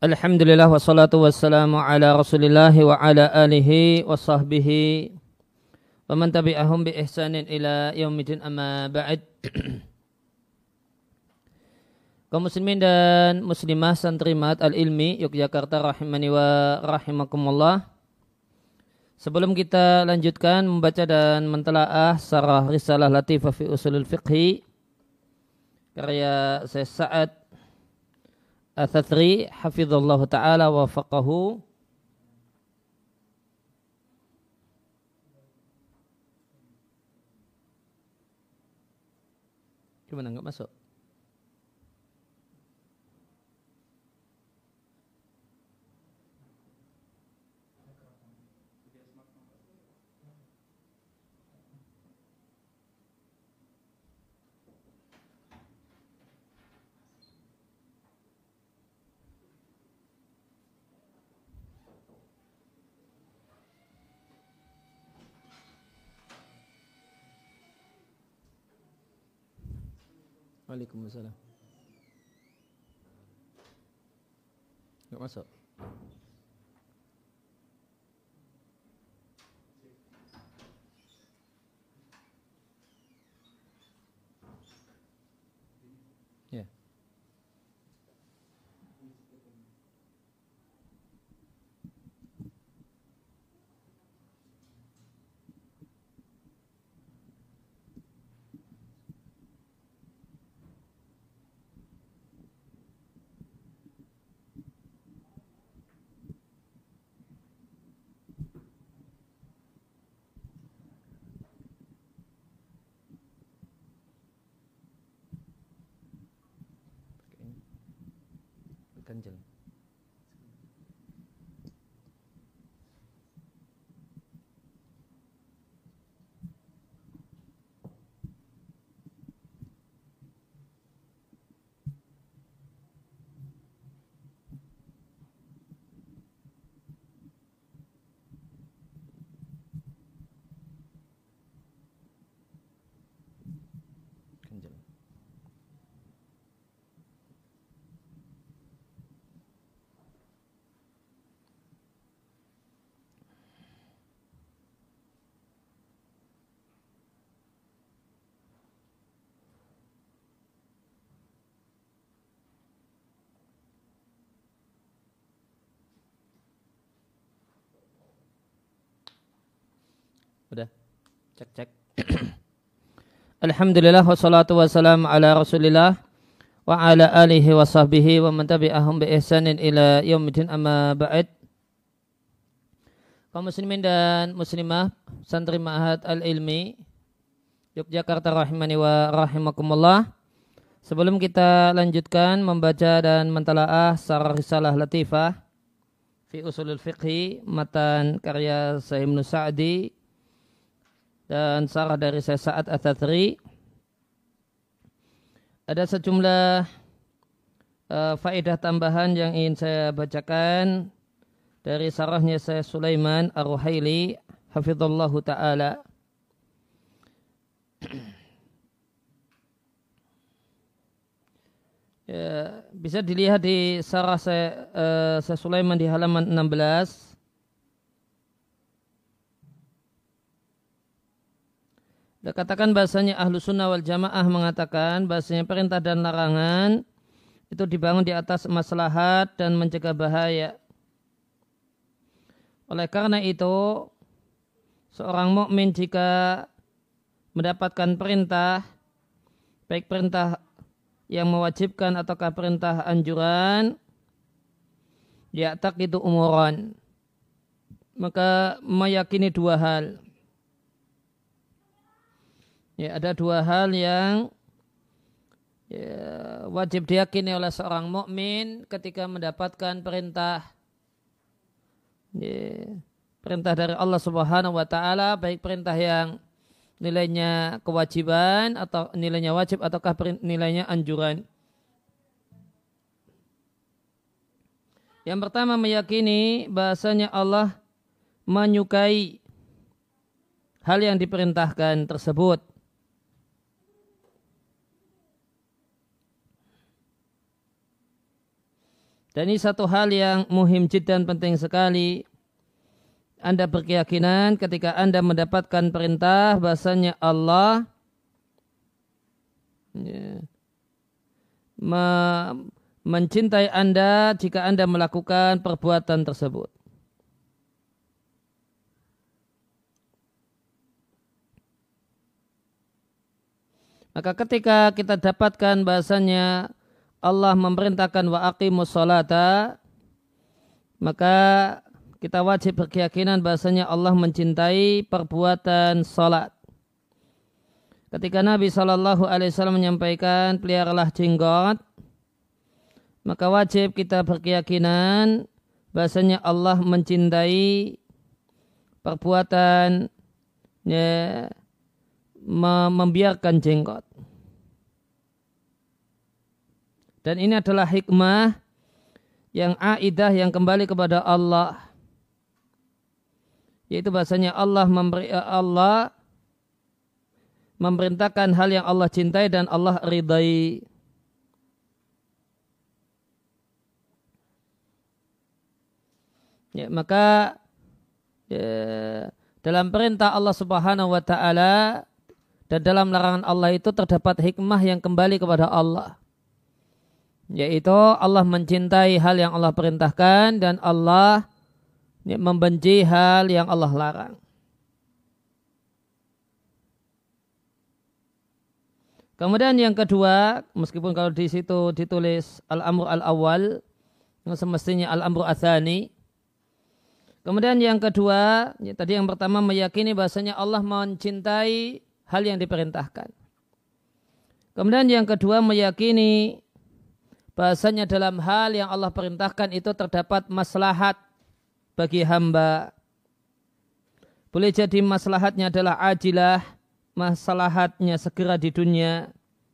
Alhamdulillah wassalatu wassalamu ala rasulillah wa ala alihi wa sahbihi wa man tabi'ahum bi ihsanin ila yaumidin amma ba'd. Kaum muslimin dan muslimah santrimat al-ilmi Yogyakarta rahimani wa rahimakumullah. Sebelum kita lanjutkan membaca dan mentelaah sarah risalah latifah fi usulul fiqhi karya Syekh Sa'ad Ats-Tsatri hafizallahu ta'ala wa faqahu. Gimana enggak masuk? Waalaikumsalam. Enggak masuk. Ya. Ganjel. Ganjel. Udah. Cek. Alhamdulillah wassalatu wassalamu ala rasulillah wa ala alihi wa sahbihi wa man tabi'ahum bi ihsanin ila yaumidin amma ba'd. Kaum muslimin dan muslimah santri Ma'had Al-Ilmi Yogyakarta rahimani wa rahimakumullah. Sebelum kita lanjutkan membaca dan mentelaah sarah risalah latifah fi usulul fiqhi matan karya Syekh Ibnu Sa'di dan sarah dari Syekh Sa'ad Ats-Tsatri, ada sejumlah faedah tambahan yang ingin saya bacakan dari sarahnya Syekh Sulaiman Ar-Ruhaili hafizallahu ta'ala. Ya, bisa dilihat di sarah Syekh Sulaiman di halaman 16. Dia katakan bahasanya ahlu sunnah wal jamaah mengatakan bahasanya perintah dan larangan itu dibangun di atas maslahat dan mencegah bahaya. Oleh karena itu, seorang mukmin jika mendapatkan perintah, baik perintah yang mewajibkan ataukah perintah anjuran, ya tak itu umuran, maka meyakini dua hal. Ya, ada dua hal yang wajib diyakini oleh seorang mukmin ketika mendapatkan perintah dari Allah Subhanahu wa taala, baik perintah yang nilainya kewajiban atau nilainya wajib ataukah nilainya anjuran. Yang pertama, meyakini bahasanya Allah menyukai hal yang diperintahkan tersebut. Dan ini satu hal yang muhim dan penting sekali. Anda berkeyakinan ketika Anda mendapatkan perintah bahasanya Allah mencintai Anda jika Anda melakukan perbuatan tersebut. Maka ketika kita dapatkan bahasanya Allah memerintahkan wa aqimus sholata, maka kita wajib berkeyakinan bahasanya Allah mencintai perbuatan salat. Ketika Nabi SAW menyampaikan peliharalah jenggot, maka wajib kita berkeyakinan bahasanya Allah mencintai perbuatan membiarkan jenggot. Dan ini adalah hikmah yang aidah yang kembali kepada Allah. Yaitu bahasanya Allah memerintahkan hal yang Allah cintai dan Allah ridai. Ya, maka dalam perintah Allah Subhanahu wa taala dan dalam larangan Allah itu terdapat hikmah yang kembali kepada Allah. Yaitu Allah mencintai hal yang Allah perintahkan dan Allah membenci hal yang Allah larang. Kemudian yang kedua, meskipun kalau di situ ditulis al-amru al-awwal, semestinya al-amru atsani. Kemudian yang kedua, tadi yang pertama meyakini bahasanya Allah mencintai hal yang diperintahkan. Kemudian yang kedua meyakini bahasanya dalam hal yang Allah perintahkan itu terdapat maslahat bagi hamba. Boleh jadi maslahatnya adalah ajilah, maslahatnya segera di dunia.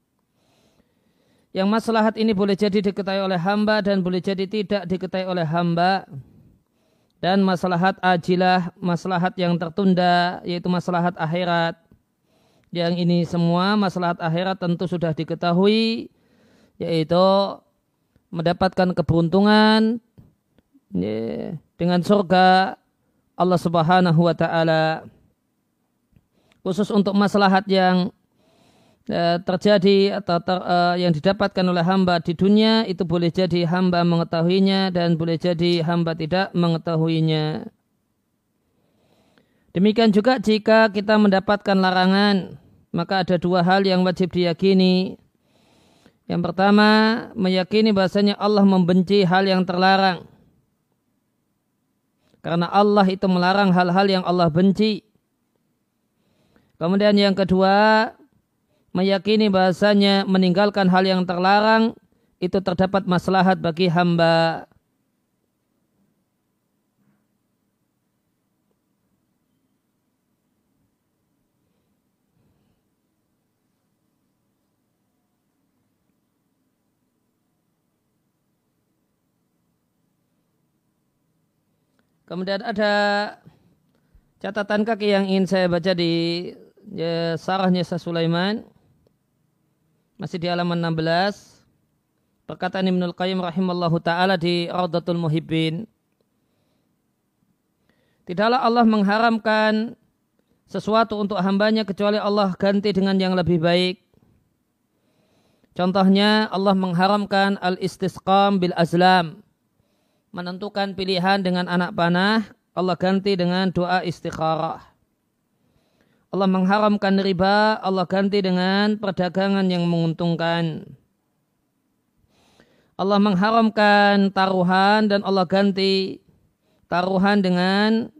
Yang maslahat ini boleh jadi diketahui oleh hamba dan boleh jadi tidak diketahui oleh hamba. Dan maslahat ajilah, maslahat yang tertunda, yaitu maslahat akhirat. Yang ini semua maslahat akhirat tentu sudah diketahui, yaitu mendapatkan keberuntungan dengan surga Allah Subhanahu wa taala. Khusus untuk maslahat yang terjadi atau yang didapatkan oleh hamba di dunia, itu boleh jadi hamba mengetahuinya dan boleh jadi hamba tidak mengetahuinya. Demikian juga jika kita mendapatkan larangan, maka ada dua hal yang wajib diyakini. Yang pertama, meyakini bahasanya Allah membenci hal yang terlarang. Karena Allah itu melarang hal-hal yang Allah benci. Kemudian yang kedua, meyakini bahasanya meninggalkan hal yang terlarang itu terdapat maslahat bagi hamba. Kemudian ada catatan kaki yang ingin saya baca di sarahnya Syekh Sulaiman. Masih di halaman 16. Perkataan Ibnul Qayyim rahimallahu ta'ala di Raudatul Muhibbin. Tidaklah Allah mengharamkan sesuatu untuk hambanya kecuali Allah ganti dengan yang lebih baik. Contohnya Allah mengharamkan al-istisqam bil azlam. Menentukan pilihan dengan anak panah, Allah ganti dengan doa istikharah. Allah mengharamkan riba, Allah ganti dengan perdagangan yang menguntungkan. Allah mengharamkan taruhan dan Allah ganti taruhan dengan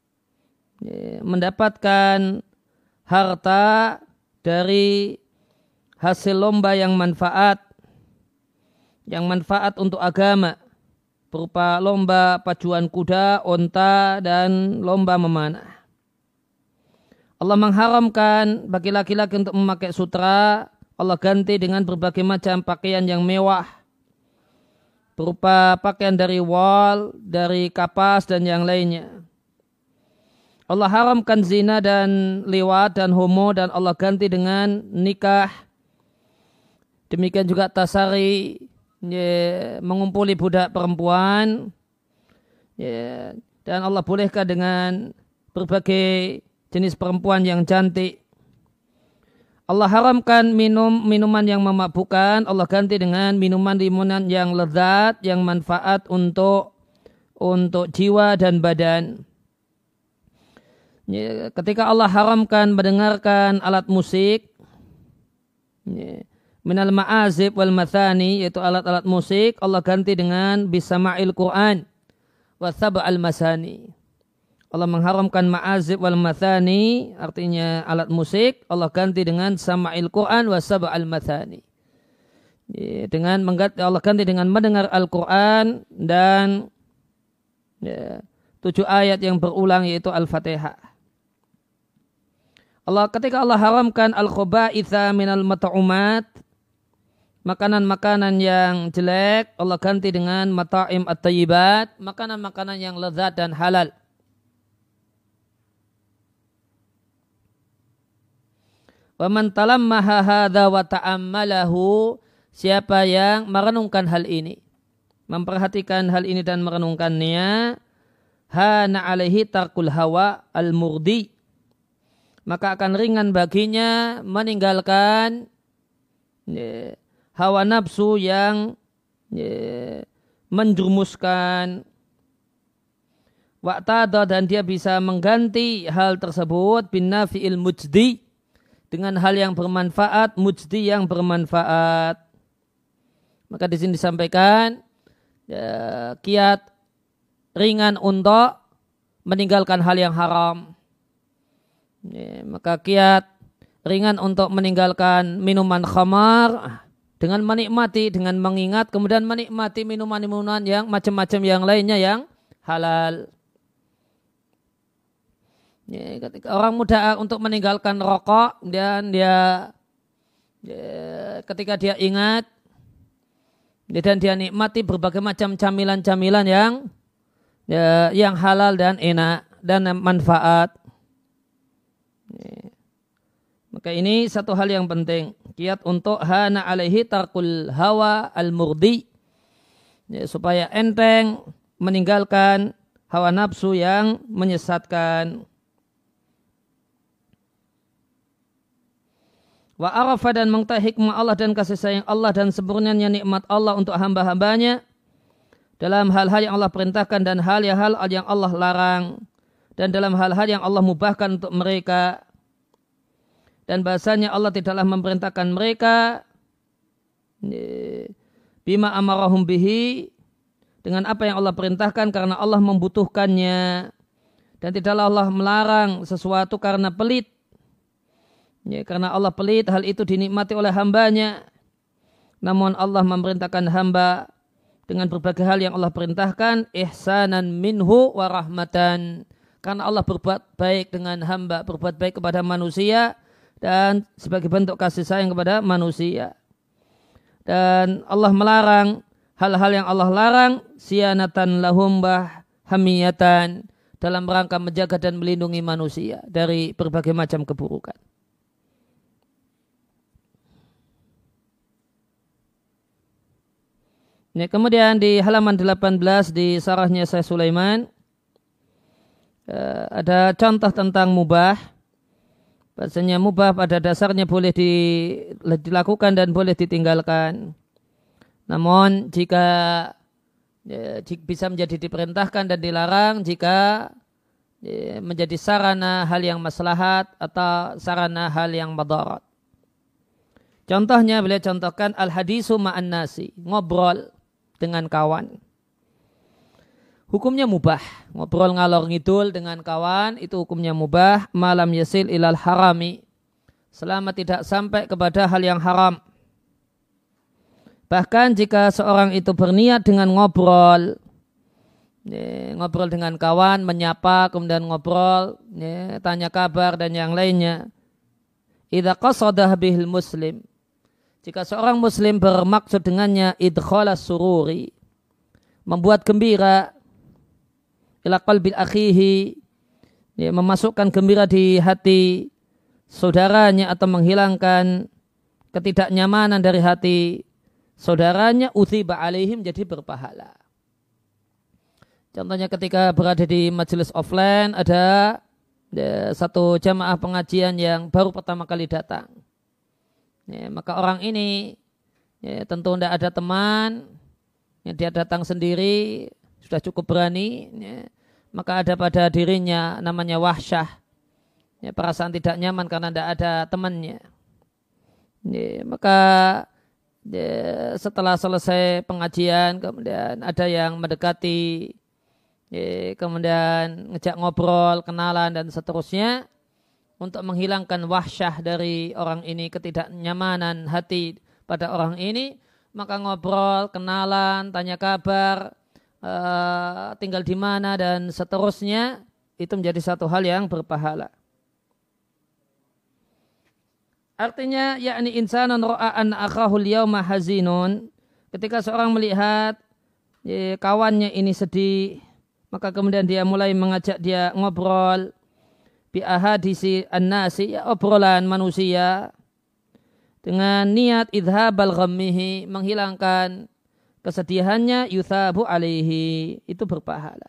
mendapatkan harta dari hasil lomba yang manfaat untuk agama. Berupa lomba pacuan kuda, onta, dan lomba memanah. Allah mengharamkan bagi laki-laki untuk memakai sutra. Allah ganti dengan berbagai macam pakaian yang mewah. Berupa pakaian dari wol, dari kapas, dan yang lainnya. Allah haramkan zina dan liwat dan homo dan Allah ganti dengan nikah. Demikian juga tasari, mengumpuli budak perempuan, dan Allah bolehkan dengan berbagai jenis perempuan yang cantik. Allah haramkan minuman yang memabukkan, Allah ganti dengan minuman yang lezat, yang manfaat untuk jiwa dan badan. Ketika Allah haramkan mendengarkan alat musik, minal ma'azib wal mathani, yaitu alat-alat musik, Allah ganti dengan bisama'il Qur'an wa sab'al masani. Allah mengharamkan ma'azib wal mathani, artinya alat musik, Allah ganti dengan sama'il Qur'an wa sab'al mathani. Allah ganti dengan mendengar Al-Quran dan 7 ayat yang berulang, yaitu Al-Fatihah. Ketika Allah haramkan al-khaba'itha minal mata'umat, makanan-makanan yang jelek, Allah ganti dengan mata'im at-tayyibat, makanan-makanan yang lezat dan halal. Wa man talammaha hadza wa ta'ammalahu, siapa yang merenungkan hal ini, memperhatikan hal ini dan merenungkannya, hana alaihi tarkul hawa al-murdi, maka akan ringan baginya meninggalkan hawa nafsu yang menjurumuskan. Wa'tada, dan dia bisa mengganti hal tersebut bin nafi'il mujdi, dengan hal yang bermanfaat, mujdi yang bermanfaat. Maka di sini disampaikan kiat ringan untuk meninggalkan hal yang haram. Maka kiat ringan untuk meninggalkan minuman khamar dengan menikmati, dengan mengingat, kemudian menikmati minuman-minuman yang macam-macam yang lainnya yang halal. Ketika orang muda untuk meninggalkan rokok, dan dia ketika dia ingat dan dia nikmati berbagai macam camilan-camilan yang halal dan enak dan manfaat. Maka ini satu hal yang penting, kiat untuk hana alaihi tarkul hawa al-murdi, supaya enteng meninggalkan hawa nafsu yang menyesatkan. Wa arafa, dan mengetahui hikmah Allah dan kasih sayang Allah dan sempurnanya nikmat Allah untuk hamba-hambanya dalam hal-hal yang Allah perintahkan dan hal-hal yang Allah larang, dan dalam hal-hal yang Allah mubahkan untuk mereka. Dan bahasanya Allah tidaklah memerintahkan mereka bima amarahum bihi, dengan apa yang Allah perintahkan karena Allah membutuhkannya, dan tidaklah Allah melarang sesuatu karena pelit. Karena Allah pelit, hal itu dinikmati oleh hambanya. Namun Allah memerintahkan hamba dengan berbagai hal yang Allah perintahkan, ihsanan minhu wa rahmatan, karena Allah berbuat baik dengan hamba, berbuat baik kepada manusia, dan sebagai bentuk kasih sayang kepada manusia. Dan Allah melarang hal-hal yang Allah larang, sianatan lahum hamiyatan, dalam rangka menjaga dan melindungi manusia dari berbagai macam keburukan. Kemudian di halaman 18 di sarahnya Syekh Sulaiman ada contoh tentang mubah. Bahasanya mubah pada dasarnya boleh dilakukan dan boleh ditinggalkan. Namun jika bisa menjadi diperintahkan dan dilarang jika menjadi sarana hal yang maslahat atau sarana hal yang madarat. Contohnya beliau contohkan al-hadisu ma'an nasi, ngobrol dengan kawan. Hukumnya mubah. Ngobrol ngalor ngidul dengan kawan itu hukumnya mubah. Malam yasil ilal harami, selama tidak sampai kepada hal yang haram. Bahkan jika seorang itu berniat dengan ngobrol dengan kawan, menyapa, kemudian ngobrol, tanya kabar dan yang lainnya. Idza qasadah bihil muslim, jika seorang muslim bermaksud dengannya idkhalas sururi, membuat gembira, ila qalbil akhihi, memasukkan gembira di hati saudaranya atau menghilangkan ketidaknyamanan dari hati saudaranya uthiba alaihim jadi berpahala. Contohnya ketika berada di majelis offline ada satu jamaah pengajian yang baru pertama kali datang. Maka orang ini tentu tidak ada teman, dia datang sendiri, sudah cukup berani, maka ada pada dirinya namanya wahsyah, perasaan tidak nyaman karena tidak ada temannya. Maka setelah selesai pengajian kemudian ada yang mendekati, kemudian ngejak ngobrol, kenalan dan seterusnya untuk menghilangkan wahsyah dari orang ini, ketidaknyamanan hati pada orang ini, maka ngobrol, kenalan, tanya kabar, tinggal di mana dan seterusnya, itu menjadi satu hal yang berpahala. Artinya yakni insanun ra'a an akhahul yauma hazinun, ketika seorang melihat kawannya ini sedih, maka kemudian dia mulai mengajak dia ngobrol bi ahadisi an-nasi, obrolan manusia dengan niat idhabal ghammihi, menghilangkan kesedihannya, yuthabu alaihi, itu berpahala.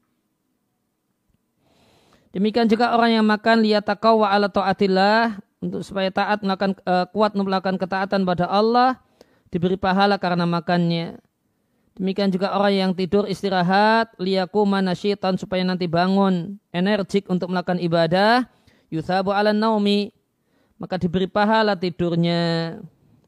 Demikian juga orang yang makan liyataqawwa ala taatillah, untuk supaya taat melakukan kuat melakukan ketaatan pada Allah, diberi pahala karena makannya. Demikian juga orang yang tidur istirahat liyakuma nasyitan, supaya nanti bangun energik untuk melakukan ibadah, yuthabu ala naumi, maka diberi pahala tidurnya.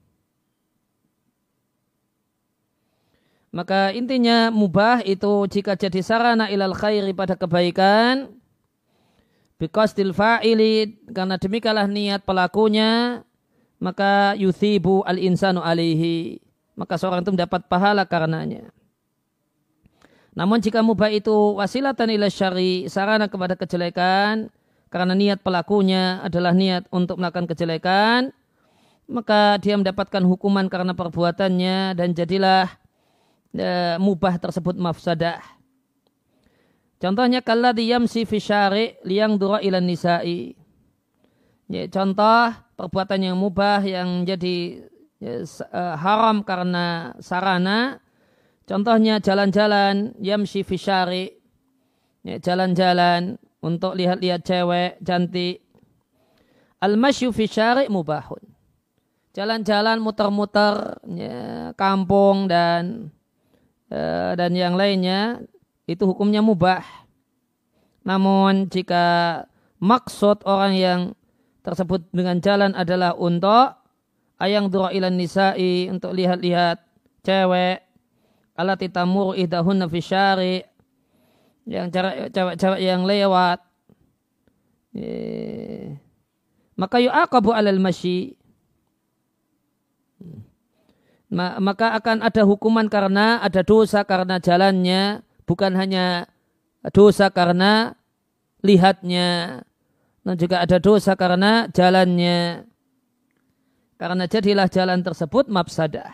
Maka intinya mubah itu jika jadi sarana ilal khairi, pada kebaikan, biqasdil fa'ili, karena demikianlah niat pelakunya, maka yuthibu al insanu alaihi, maka seorang itu mendapat pahala karenanya. Namun jika mubah itu wasilatan ila syari, sarana kepada kejelekan, karena niat pelakunya adalah niat untuk melakukan kejelekan, maka dia mendapatkan hukuman karena perbuatannya, dan jadilah mubah tersebut mafsadah. Contohnya kalladzi yamsi fi syari' liyangdura ila nisa'i. Contoh perbuatan yang mubah yang jadi haram karena sarana. Contohnya jalan-jalan, yamsi fi syari', jalan-jalan untuk lihat-lihat cewek cantik. Al-masyu fi syari' mubahun. Jalan-jalan muter-muter kampung dan yang lainnya, itu hukumnya mubah. Namun jika maksud orang yang tersebut dengan jalan adalah untuk ayang dura ilan nisa'i, untuk lihat-lihat cewek, alati tamur ihdahunna fi syari', yang cewek-cewek yang lewat, maka yu'aqabu alal masyi, maka akan ada hukuman karena ada dosa karena jalannya, bukan hanya dosa karena lihatnya, dan juga ada dosa karena jalannya, karena jadilah jalan tersebut mafsadah.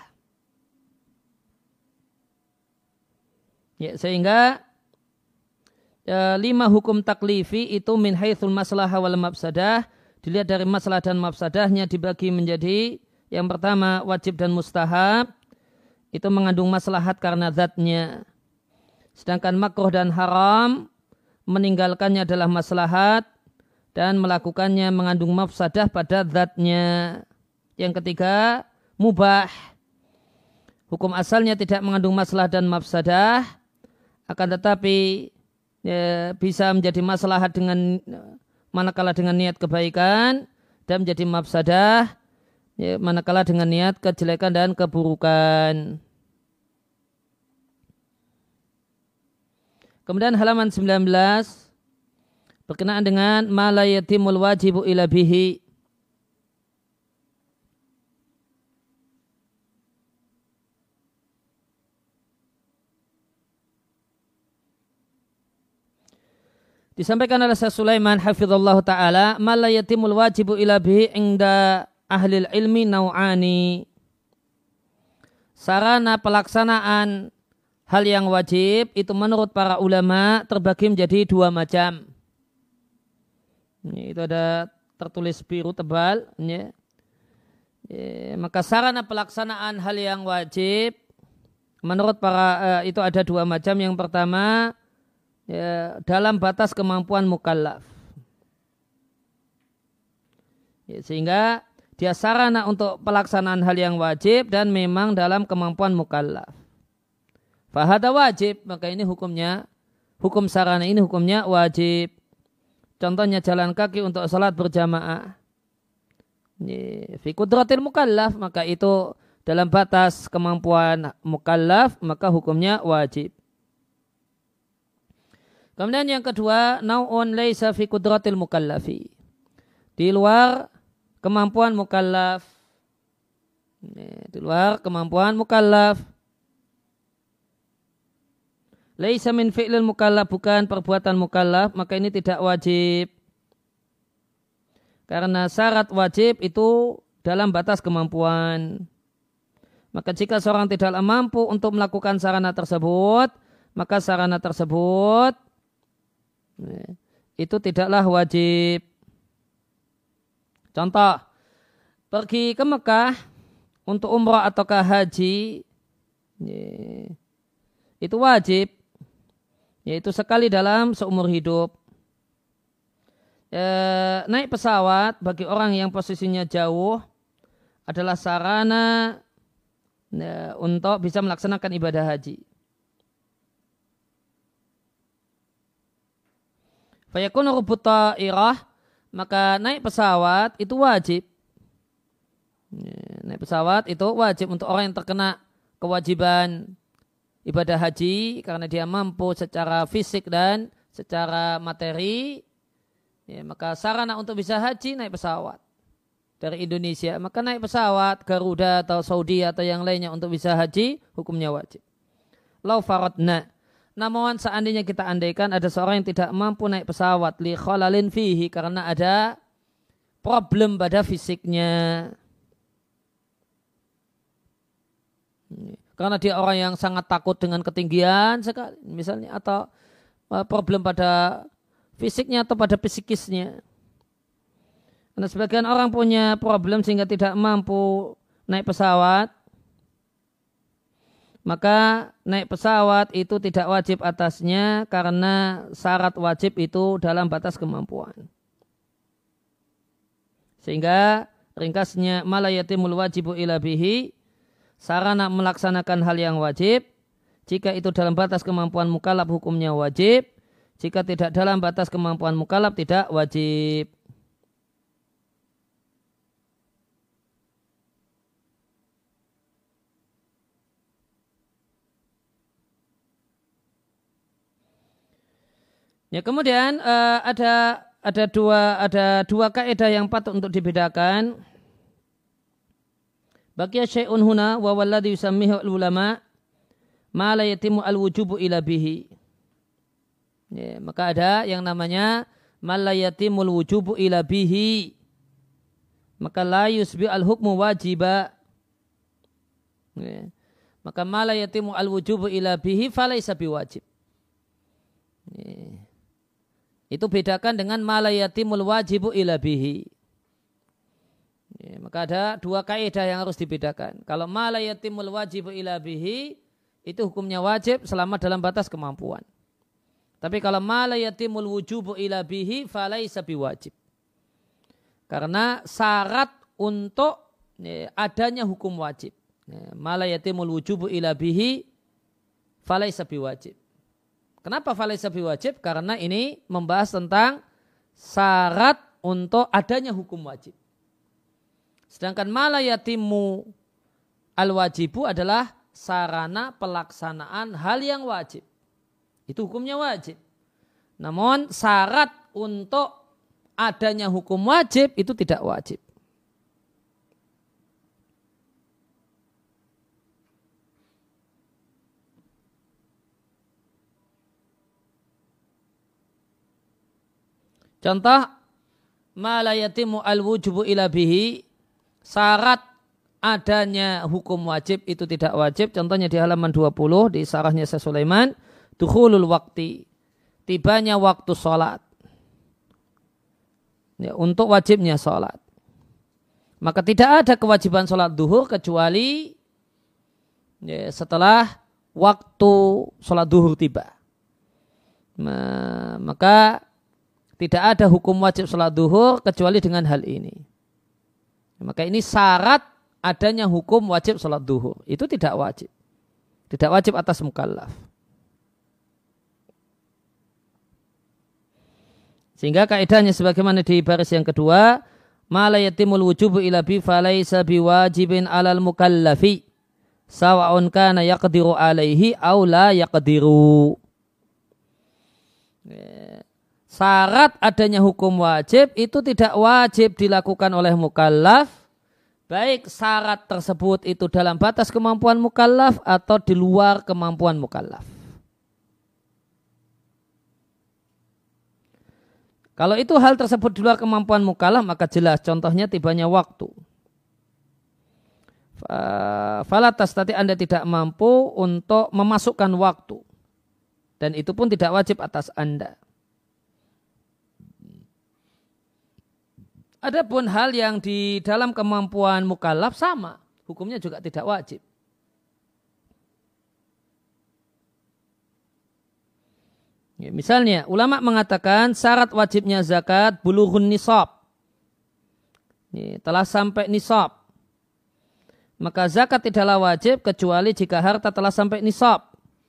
Sehingga 5 hukum taklifi itu min haitsul maslahah wal mafsadah, dilihat dari masalah dan mafsadahnya, dibagi menjadi yang pertama wajib dan mustahab, itu mengandung maslahat karena zatnya. Sedangkan makruh dan haram, meninggalkannya adalah maslahat dan melakukannya mengandung mafsadah pada zatnya. Yang ketiga, mubah. Hukum asalnya tidak mengandung maslahat dan mafsadah, akan tetapi bisa menjadi maslahat dengan manakala dengan niat kebaikan, dan menjadi mafsadah manakala dengan niat kejelekan dan keburukan. Kemudian halaman 19 berkenaan dengan ma la yatimul wajibu ila bihi. Disampaikan oleh Syekh Sulaiman hafizallahu taala, ma la yatimul wajibu ila bihi inda ahlil ilmi nau'ani. Sarana pelaksanaan hal yang wajib itu menurut para ulama terbagi menjadi 2 macam. Itu ada tertulis biru tebal. Maka sarana pelaksanaan hal yang wajib menurut para itu ada dua macam. Yang pertama dalam batas kemampuan mukallaf. Sehingga dia sarana untuk pelaksanaan hal yang wajib dan memang dalam kemampuan mukallaf. Fahada wajib, maka ini hukumnya, hukum sarana ini hukumnya wajib. Contohnya jalan kaki untuk salat berjamaah. Fi qudratil mukallaf, maka itu dalam batas kemampuan mukallaf, maka hukumnya wajib. Kemudian yang kedua, nau'un laisa fi qudratil mukallafi. Di luar kemampuan mukallaf. Di luar kemampuan mukallaf. Laisa min fi'lil mukallaf, bukan perbuatan mukallaf, maka ini tidak wajib. Karena syarat wajib itu dalam batas kemampuan. Maka jika seorang tidaklah mampu untuk melakukan sarana tersebut, maka sarana tersebut itu tidaklah wajib. Contoh, pergi ke Mekah untuk umrah ataukah haji, itu wajib, yaitu sekali dalam seumur hidup. Naik pesawat bagi orang yang posisinya jauh adalah sarana untuk bisa melaksanakan ibadah haji. Fayakunu rubut ta'irah, maka naik pesawat itu wajib. Naik pesawat itu wajib untuk orang yang terkena kewajiban ibadah haji karena dia mampu secara fisik dan secara materi. Maka sarana untuk bisa haji naik pesawat dari Indonesia. Maka naik pesawat Garuda atau Saudi atau yang lainnya untuk bisa haji, hukumnya wajib. Lau faradna. Namun seandainya kita andaikan ada seorang yang tidak mampu naik pesawat li khalalin fihi karena ada problem pada fisiknya. Karena dia orang yang sangat takut dengan ketinggian sekali misalnya, atau problem pada fisiknya atau pada psikisnya. Karena sebagian orang punya problem sehingga tidak mampu naik pesawat, maka naik pesawat itu tidak wajib atasnya karena syarat wajib itu dalam batas kemampuan. Sehingga ringkasnya malayatimul wajibu ila bihi, sarana melaksanakan hal yang wajib, jika itu dalam batas kemampuan mukallaf hukumnya wajib, jika tidak dalam batas kemampuan mukallaf tidak wajib. Ya, kemudian ada dua kaidah yang patut untuk dibedakan. Baqiya syai'un huna wa walladhi yusammihu ulama ma la yatimu al-wujubu ila bihi. Ya, maka ada yang namanya ma la yatimul wujubu ila bihi. Maka la yusbi al-hukmu wajiba. Ya, maka ma la yatimu al-wujubu ila bihi falaysa biwajib. Ya. Itu bedakan dengan malayatimul wajibu ila bihi. Ya, maka ada dua kaidah yang harus dibedakan. Kalau malayatimul wajibu ila bihi, itu hukumnya wajib selama dalam batas kemampuan. Tapi kalau malayatimul wujubu ila bihi falaysa biwajib. Karena syarat untuk adanya hukum wajib. Malayatimul wujubu ila bihi falaysa biwajib. Kenapa falaysa biwajib? Karena ini membahas tentang syarat untuk adanya hukum wajib. Sedangkan malayatimu al-wajibu adalah sarana pelaksanaan hal yang wajib. Itu hukumnya wajib. Namun syarat untuk adanya hukum wajib itu tidak wajib. Contoh, ma la yatimu al-wujubu ila bihi, syarat adanya hukum wajib itu tidak wajib. Contohnya di halaman 20 di sarahnya Syekh Sulaiman, dukhulul waqti, tibanya waktu sholat. Ya, untuk wajibnya sholat. Maka tidak ada kewajiban sholat duhur kecuali setelah waktu sholat duhur tiba. Maka tidak ada hukum wajib sholat duhur kecuali dengan hal ini. Maka ini syarat adanya hukum wajib sholat duhur. Itu tidak wajib. Tidak wajib atas mukallaf. Sehingga kaidahnya sebagaimana di baris yang kedua, ma la yatimul wujubu ila bi falaysa biwajibin 'alal mukallafi sawa'un kana yaqdiru 'alaihi aw la yaqdiru. Syarat adanya hukum wajib itu tidak wajib dilakukan oleh mukallaf, baik syarat tersebut itu dalam batas kemampuan mukallaf atau di luar kemampuan mukallaf. Kalau itu hal tersebut di luar kemampuan mukallaf, maka jelas contohnya tibanya waktu. Falatas tadi Anda tidak mampu untuk memasukkan waktu. Dan itu pun tidak wajib atas Anda. Adapun hal yang di dalam kemampuan mukallaf sama, hukumnya juga tidak wajib. Ya, misalnya, ulama mengatakan syarat wajibnya zakat bulughun nisab. Telah sampai nisab. Maka zakat tidaklah wajib kecuali jika harta telah sampai nisab.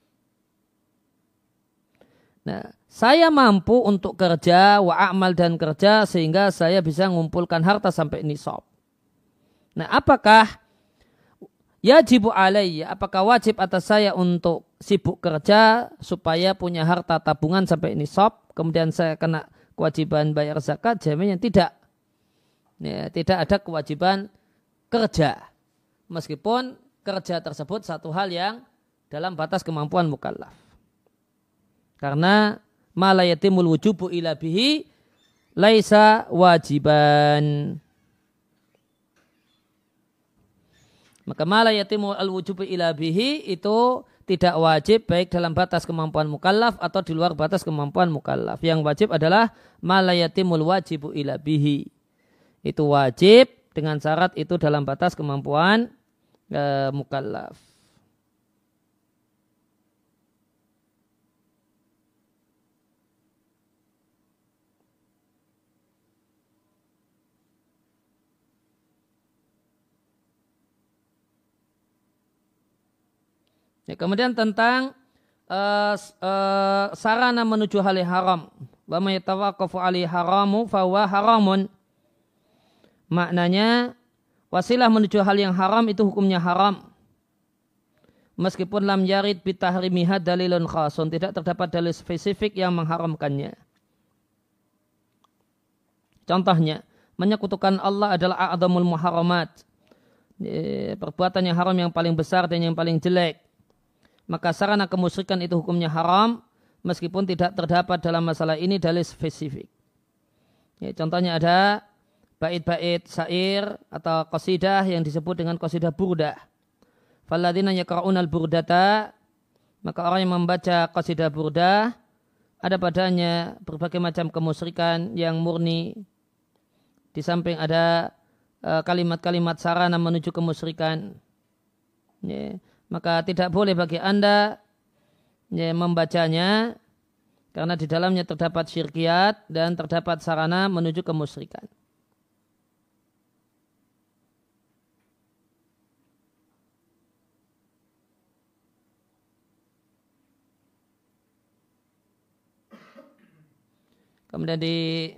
Nah, saya mampu untuk kerja, wa amal dan kerja sehingga saya bisa mengumpulkan harta sampai nisab. Nah, apakah yajibu alayya, apakah wajib atas saya untuk sibuk kerja supaya punya harta tabungan sampai nisab, kemudian saya kena kewajiban bayar zakat? Jawabnya tidak. Ya, tidak ada kewajiban kerja. Meskipun kerja tersebut satu hal yang dalam batas kemampuan mukallaf. Karena ma la yatimul wujubu ila bihi laisa wajiban. Maka ma la yatimul wujubu ila bihi itu tidak wajib baik dalam batas kemampuan mukallaf atau di luar batas kemampuan mukallaf. Yang wajib adalah ma la yatimul wajibu ila bihi. Itu wajib dengan syarat itu dalam batas kemampuan mukallaf. Ya, kemudian tentang sarana menuju hal yang haram. Wa may tawaqqafu 'alaihi haramu fa huwa haramun. Maknanya wasilah menuju hal yang haram itu hukumnya haram. Meskipun lam yarid bitahrimiha dalilun khasun, tidak terdapat dalil spesifik yang mengharamkannya. Contohnya, menyekutukan Allah adalah a'dhamul muharramat. Perbuatan yang haram yang paling besar dan yang paling jelek. Maka sarana kemusyrikan itu hukumnya haram meskipun tidak terdapat dalam masalah ini dalil spesifik. Ya, contohnya ada bait-bait syair atau qasidah yang disebut dengan qasidah burdah. Falladzina yaqra'unal burdata, maka orang yang membaca qasidah burdah ada padanya berbagai macam kemusyrikan yang murni. Di samping ada kalimat-kalimat sarana menuju kemusyrikan. Ya. Maka tidak boleh bagi Anda membacanya karena di dalamnya terdapat syirkiyat dan terdapat sarana menuju kemusyrikan. Kemudian di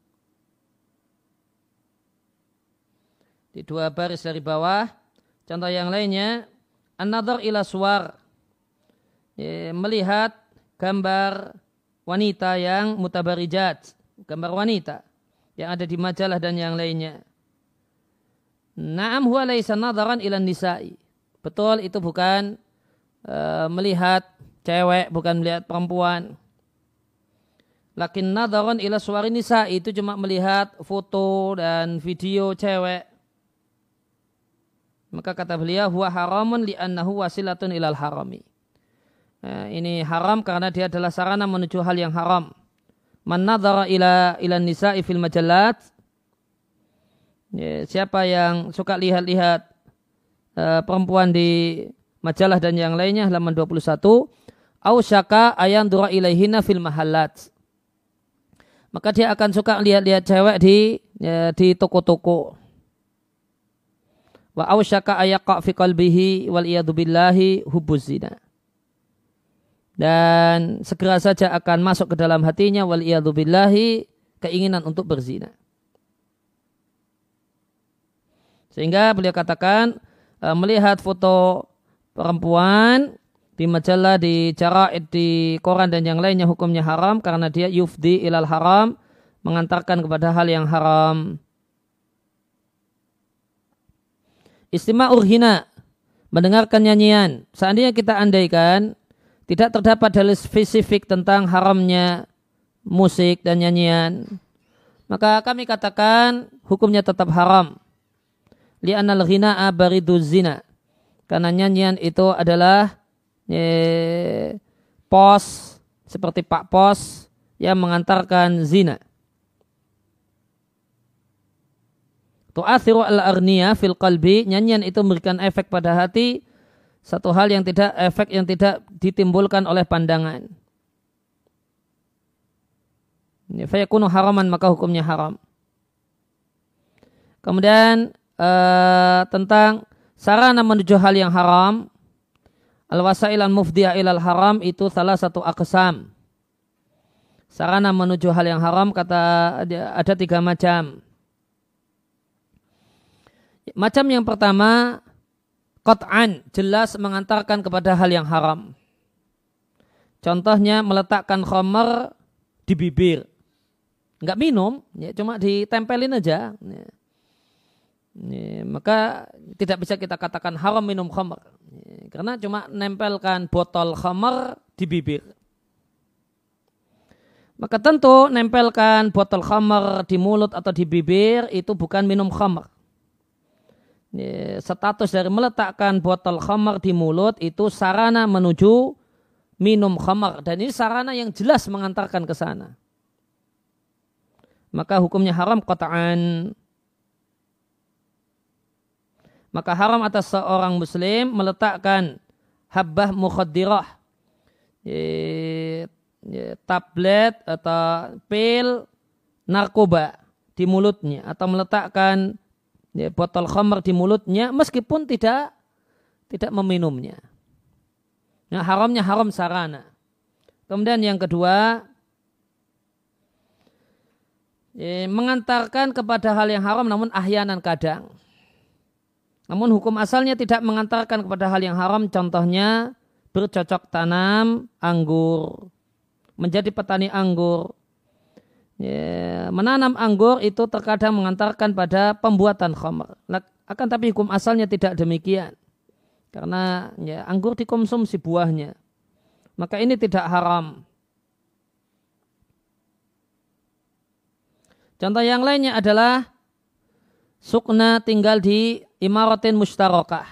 dua baris dari bawah, contoh yang lainnya, an-nadhar ila suwar, melihat gambar wanita yang mutabarijat, gambar wanita yang ada di majalah dan yang lainnya. Na'am huwa laisa nadharan ila nisa'i. Betul, itu bukan melihat cewek, bukan melihat perempuan. Lakin nadharan ila suwari nisa'i, itu cuma melihat foto dan video cewek. Maka kata beliau, huwa haramun li'annahu wasilatun ilal harami. Ini haram karena dia adalah sarana menuju hal yang haram. Man nadhara ila nisa'i fil majallat, Ya, siapa yang suka lihat-lihat perempuan di majalah dan yang lainnya halaman 21, au syaka ayan dura ilaihina fil mahallat. Maka dia akan suka lihat-lihat cewek di toko-toko. Wa au syaka ayaqa fi qalbihi wal iyadu billahi hubbuz zina. Dan segera saja akan masuk ke dalam hatinya wal iyadu billahi keinginan untuk berzina. Sehingga beliau katakan melihat foto perempuan di majalah, di jaraid, di koran dan yang lainnya hukumnya haram karena dia yufdi ilal haram, mengantarkan kepada hal yang haram. Istima'ur hina, mendengarkan nyanyian. Seandainya kita andaikan tidak terdapat dalil spesifik tentang haramnya musik dan nyanyian, maka kami katakan hukumnya tetap haram. Li'anal ghina'a bariduz zina. Karena nyanyian itu adalah pos, seperti pak pos yang mengantarkan zina. Tu'athiru al-arniya fil qalbi, nyanyian itu memberikan efek pada hati, satu hal yang tidak ditimbulkan oleh pandangan. Fayakunu haraman, maka hukumnya haram. Kemudian tentang sarana menuju hal yang haram, al-wasail al-mufdiyah ilal haram itu salah satu aqsam. Sarana menuju hal yang haram ada 3 macam. Macam yang pertama, qat'an, jelas mengantarkan kepada hal yang haram. Contohnya meletakkan khamar di bibir. Enggak minum, ya, cuma ditempelin aja. Ya. Ya, maka tidak bisa kita katakan haram minum khamar. Ya, karena cuma nempelkan botol khamar di bibir. Maka tentu nempelkan botol khamar di mulut atau di bibir itu bukan minum khamar. Status dari meletakkan botol khamar di mulut itu sarana menuju minum khamar, dan ini sarana yang jelas mengantarkan ke sana. Maka hukumnya haram qat'an. Maka haram atas seorang muslim meletakkan habbah mukhaddirah, tablet atau pil narkoba di mulutnya, atau meletakkan botol khamar di mulutnya meskipun tidak meminumnya. Nah, haramnya haram sarana. Kemudian yang kedua, mengantarkan kepada hal yang haram namun ahyanan kadang. Namun hukum asalnya tidak mengantarkan kepada hal yang haram, contohnya bercocok tanam anggur, menjadi petani anggur. Menanam anggur itu terkadang mengantarkan pada pembuatan khamar. Akan tapi hukum asalnya tidak demikian. Karena anggur dikonsumsi buahnya. Maka ini tidak haram. Contoh yang lainnya adalah sukna, tinggal di imaratin mustarokah.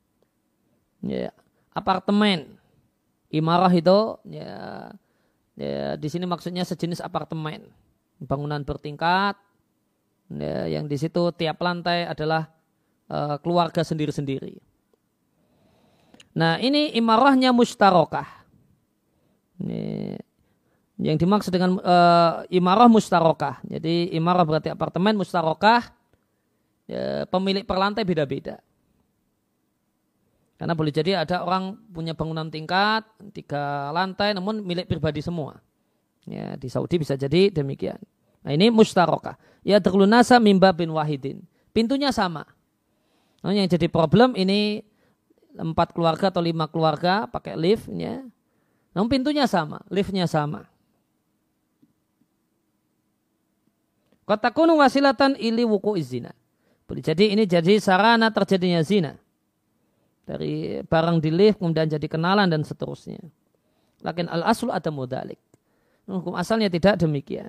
Apartemen. Imarah itu di sini maksudnya sejenis apartemen. Bangunan bertingkat, yang di situ tiap lantai adalah keluarga sendiri-sendiri. Nah, ini imarahnya mustarokah. Ini yang dimaksud dengan imarah mustarokah. Jadi imarah berarti apartemen, mustarokah pemilik per lantai beda-beda. Karena boleh jadi ada orang punya bangunan tingkat 3 lantai, namun milik pribadi semua. Ya, di Saudi bisa jadi demikian. Nah, ini mustarokah. Ya terlunasa mimba bin wahidin. Pintunya sama. Nah, yang jadi problem ini 4 keluarga atau 5 keluarga pakai lift. Ya. Namun pintunya sama, liftnya sama. Qatakunu wasilatan ili wuku izina. Boleh jadi ini jadi sarana terjadinya zina. Dari barang di lift kemudian jadi kenalan dan seterusnya. Lakin al-aslu ada mudalik. Hukum asalnya tidak demikian.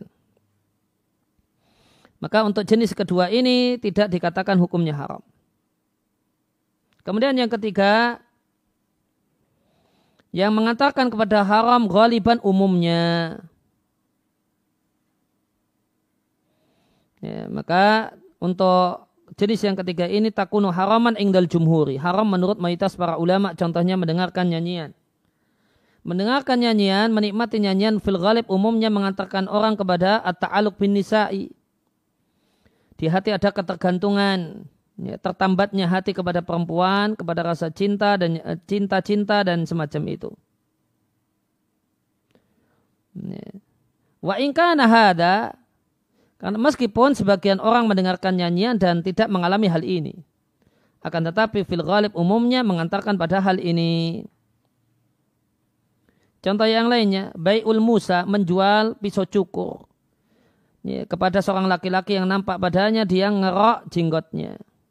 Maka untuk jenis kedua ini tidak dikatakan hukumnya haram. Kemudian yang ketiga, yang mengantarkan kepada haram ghaliban umumnya. Ya, maka untuk jenis yang ketiga ini takunu haraman ingdal jumhuri. Haram menurut mayoritas para ulama, contohnya mendengarkan nyanyian. Mendengarkan nyanyian, menikmati nyanyian fil ghalib umumnya mengantarkan orang kepada at-ta'alluq bin nisa'i. Di hati ada ketergantungan, ya, tertambatnya hati kepada perempuan, kepada rasa cinta dan cinta-cinta dan semacam itu. Wa in kana hada, karena meskipun sebagian orang mendengarkan nyanyian dan tidak mengalami hal ini, akan tetapi fil ghalib umumnya mengantarkan pada hal ini. Contoh yang lainnya, bai'ul Musa, menjual pisau cukur, ya, kepada seorang laki-laki yang nampak padanya dia ngerok jenggotnya.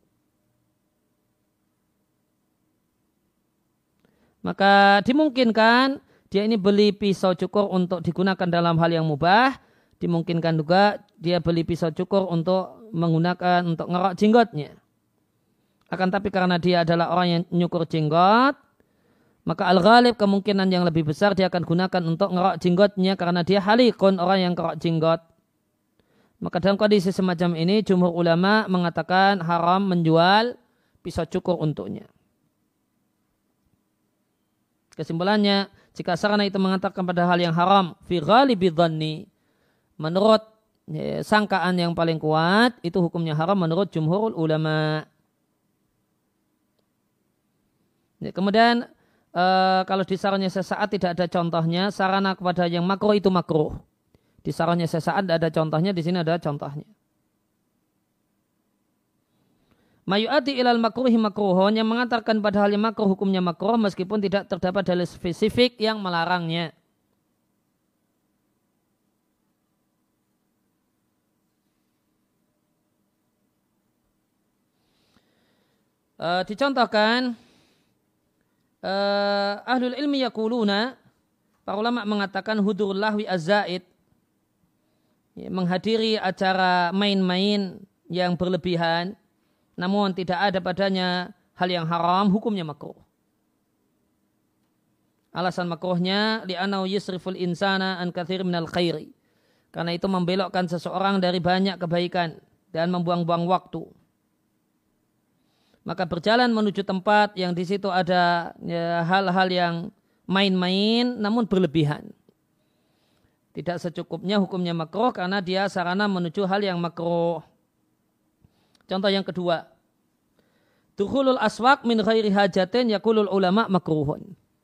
Maka dimungkinkan dia ini beli pisau cukur untuk digunakan dalam hal yang mubah. Dimungkinkan juga dia beli pisau cukur untuk menggunakan untuk ngerok jenggotnya. Akan tapi karena dia adalah orang yang nyukur jenggot, maka al-ghalib kemungkinan yang lebih besar dia akan gunakan untuk ngerok jenggotnya karena dia halikun, orang yang ngerok jenggot. Maka dalam kondisi semacam ini jumhur ulama mengatakan haram menjual pisau cukur untuknya. Kesimpulannya, jika sarana itu mengatakan pada hal yang haram fi ghalibi dhanni, menurut sangkaan yang paling kuat, itu hukumnya haram menurut jumhur ulama. Kemudian kalau di sarana sesaat tidak ada contohnya, sarana kepada yang makruh itu makruh. Di sarana sesaat tidak ada contohnya, di sini ada contohnya. Mayu'ati ilal makruhi makruhun, yang mengantarkan pada hal yang makruh hukumnya makruh meskipun tidak terdapat dalil spesifik yang melarangnya. Dicontohkan ahlul ilmi yaquluna, para ulama mengatakan hudurul lahwi az-zaid, ya, menghadiri acara main-main yang berlebihan namun tidak ada padanya hal yang haram, hukumnya makruh. Alasan makruhnya li'annahu yusriful insana an katsir minal khairi, karena itu membelokkan seseorang dari banyak kebaikan dan membuang-buang waktu. Maka berjalan menuju tempat yang di situ ada hal-hal yang main-main namun berlebihan, tidak secukupnya, hukumnya makruh karena dia sarana menuju hal yang makruh. Contoh yang kedua, dukhulul aswaq min ghairi hajatin yaqulul ulama makruhun.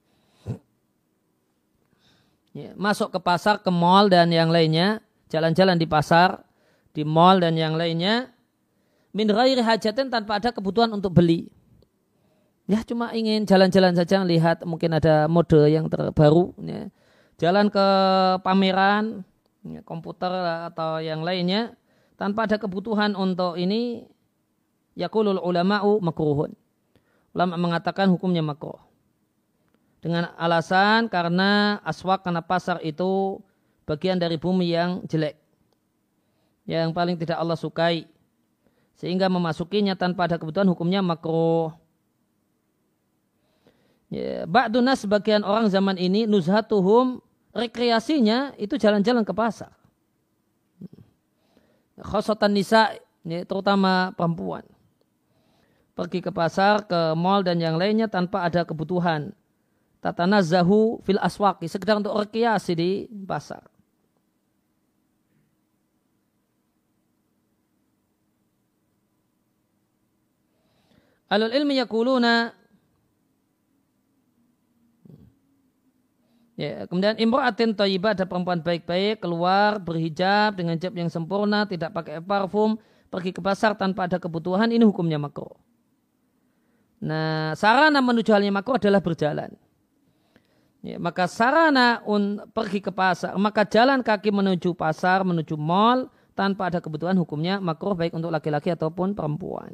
Ya, masuk ke pasar, ke mall dan yang lainnya, jalan-jalan di pasar, di mall dan yang lainnya, min ghairi hajatin, tanpa ada kebutuhan untuk beli. Ya cuma ingin jalan-jalan saja, lihat mungkin ada mode yang terbaru. Ya. Jalan ke pameran, ya, komputer atau yang lainnya, tanpa ada kebutuhan untuk ini, yaqulul ulama'u makruhun. Ulama mengatakan hukumnya makruh. Dengan alasan karena aswak, karena pasar itu bagian dari bumi yang jelek, yang paling tidak Allah sukai, sehingga memasukinya tanpa ada kebutuhan hukumnya makruh. Ya, ba'dunas, sebagian orang zaman ini, nuzhatuhum, rekreasinya itu jalan-jalan ke pasar. Khosotan nisa, ya, terutama perempuan, pergi ke pasar, ke mall dan yang lainnya tanpa ada kebutuhan. Tatanazzahu fil aswaqi, sekedar untuk rekreasi di pasar. Alul ilmi yaquluna, ya, kemudian imra'atin thayyibah, ada perempuan baik-baik keluar berhijab dengan hijab yang sempurna, tidak pakai parfum, pergi ke pasar tanpa ada kebutuhan, ini hukumnya makruh. Nah, sarana menuju halnya makruh adalah berjalan. Ya, maka sarana pergi ke pasar, maka jalan kaki menuju pasar, menuju mall tanpa ada kebutuhan hukumnya makruh, baik untuk laki-laki ataupun perempuan.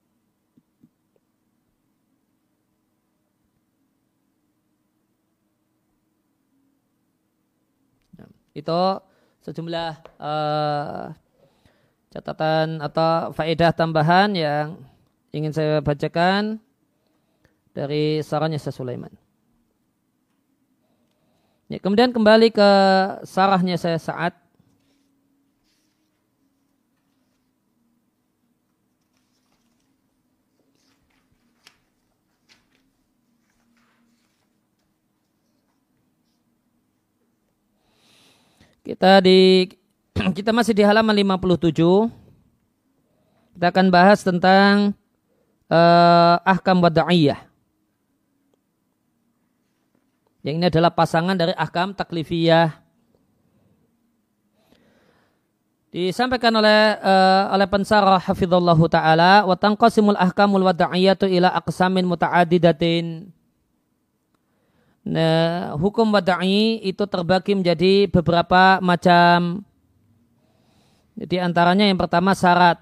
Itu sejumlah catatan atau faedah tambahan yang ingin saya bacakan dari sarannya Syekh Sulaiman. Ya, kemudian kembali ke sarahnya saya Sa'ad. Kita masih di halaman 57. Kita akan bahas tentang ahkam wada'iyah. Yang ini adalah pasangan dari ahkam taklifiyah. Disampaikan oleh pensarah hafizallahu taala, wa tanqasimul ahkamul wada'iyatu ila aqsamin muta'addidatin. Nah, hukum wada'i itu terbagi menjadi beberapa macam. Di antaranya yang pertama syarat.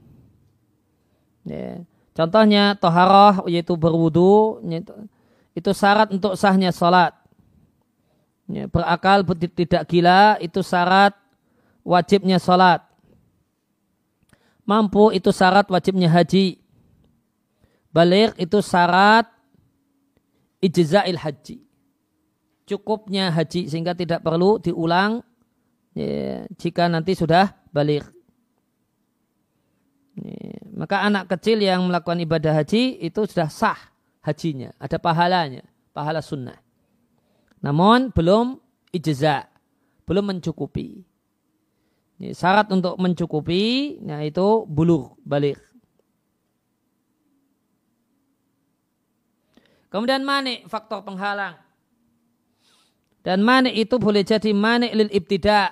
Ya. Contohnya toharoh, yaitu berwudu, itu syarat untuk sahnya salat. Ya, berakal tidak gila itu syarat wajibnya salat. Mampu itu syarat wajibnya haji. Baligh itu syarat ijza'il haji. Cukupnya haji sehingga tidak perlu diulang ya, jika nanti sudah baligh. Ya, maka anak kecil yang melakukan ibadah haji itu sudah sah hajinya, ada pahalanya, pahala sunnah. Namun belum ijza', belum mencukupi. Ini syarat untuk mencukupi, yaitu bulugh, baligh. Kemudian mani, faktor penghalang. Dan mani itu boleh jadi mani lil ibtida'.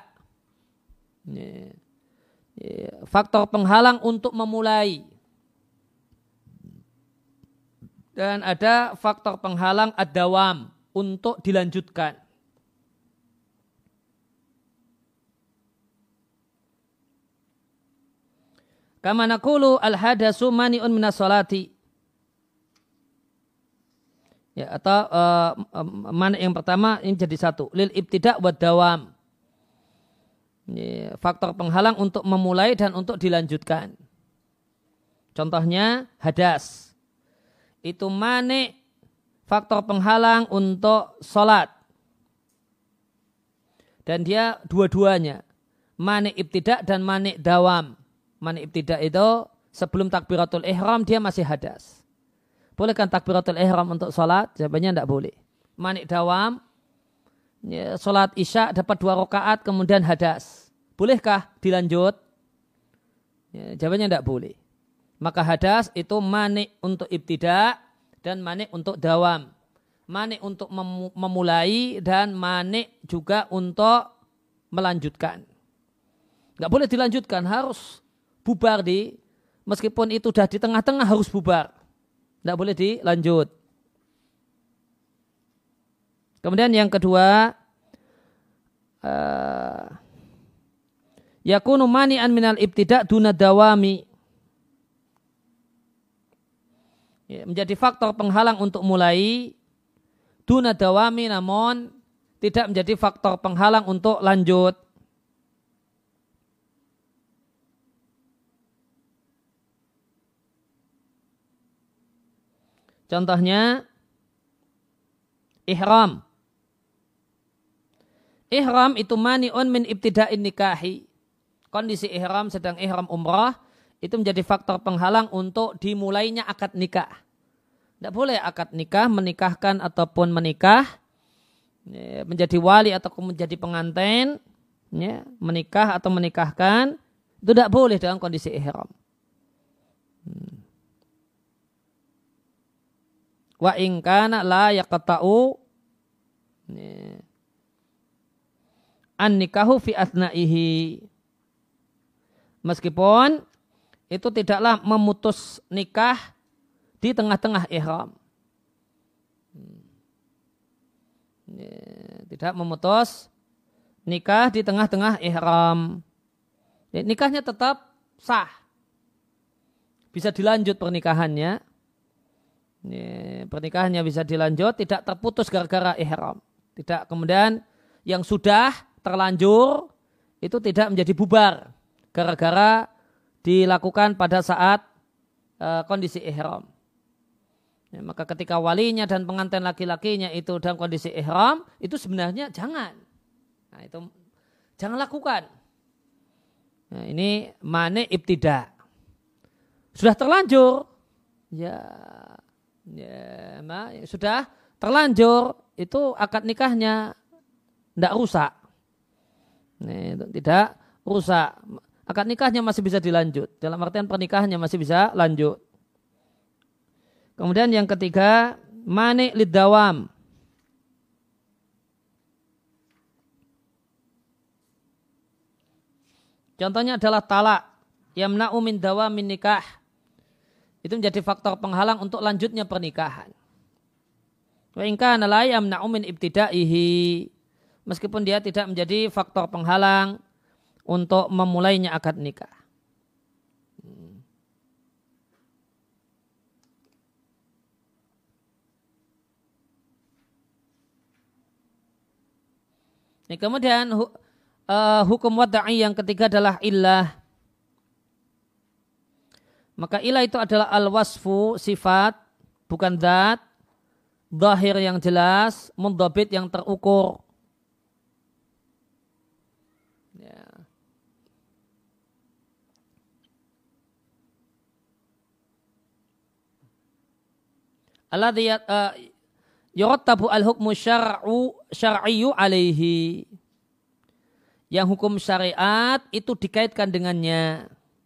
Faktor penghalang untuk memulai. Dan ada faktor penghalang ad-dawam untuk dilanjutkan. Kama naqulu al-hadasu mani'un minas salati. Ya, atau mana yang pertama ini jadi satu, lil ibtida' wad dawam. Ya, faktor penghalang untuk memulai dan untuk dilanjutkan. Contohnya hadas. Itu mani faktor penghalang untuk salat. Dan dia dua-duanya, mani ibtida' dan mani dawam. Mani ibtida' itu sebelum takbiratul ihram dia masih hadas. Bolehkan takbiratul ihram untuk sholat? Jawabannya tidak boleh. Mani dawam, ya, sholat isya dapat 2 rakaat kemudian hadas. Bolehkah dilanjut? Ya, jawabannya tidak boleh. Maka hadas itu mani untuk ibtida' dan mani untuk dawam. Mani untuk memulai dan mani juga untuk melanjutkan. Nggak boleh dilanjutkan, harus bubar meskipun itu sudah di tengah-tengah harus bubar. Tidak boleh dilanjut. Kemudian yang kedua, yakunu mani'an minal ibtida' duna dawami. Ya, menjadi faktor penghalang untuk mulai duna dawami, namun tidak menjadi faktor penghalang untuk lanjut. Contohnya ihram. Ihram itu mani'un min ibtida'in nikahi. Kondisi ihram sedang ihram umrah itu menjadi faktor penghalang untuk dimulainya akad nikah. Tidak boleh akad nikah, menikahkan ataupun menikah, menjadi wali atau menjadi pengantin, menikah atau menikahkan, itu tidak boleh dalam kondisi ihram. Wa in kana la yaqta'u an nikahu fi athnaihi. Meskipun itu tidaklah memutus nikah di tengah-tengah ihram. Tidak memutus nikah di tengah-tengah ihram. Nikahnya tetap sah. Bisa dilanjut pernikahannya. Pernikahannya bisa dilanjut, tidak terputus gara-gara ihram. Tidak kemudian yang sudah terlanjur itu tidak menjadi bubar gara-gara dilakukan pada saat kondisi ihram. Maka ketika walinya dan pengantin laki-lakinya itu dalam kondisi ihram, itu sebenarnya jangan. Nah, itu jangan lakukan. Nah, ini mani ibtida. Sudah terlanjur, sudah terlanjur, itu akad nikahnya tidak rusak. Tidak rusak. Akad nikahnya masih bisa dilanjut. Dalam artian pernikahannya masih bisa lanjut. Kemudian yang ketiga, mani lidawam. Contohnya adalah talak. Yamna'u min dawamin nikah. Itu menjadi faktor penghalang untuk lanjutnya pernikahan. Wa in kana la yamna'u min ibtidaihi. Meskipun dia tidak menjadi faktor penghalang untuk memulainya akad nikah. Kemudian hukum wada'i yang ketiga adalah illah. Maka illah itu adalah al-wasfu, sifat, bukan zat, zahir yang jelas, mundhabit yang terukur. Ya. Alladhi yurattabu al-hukmu syar'iyyu alaihi. Yang hukum syariat itu dikaitkan dengannya.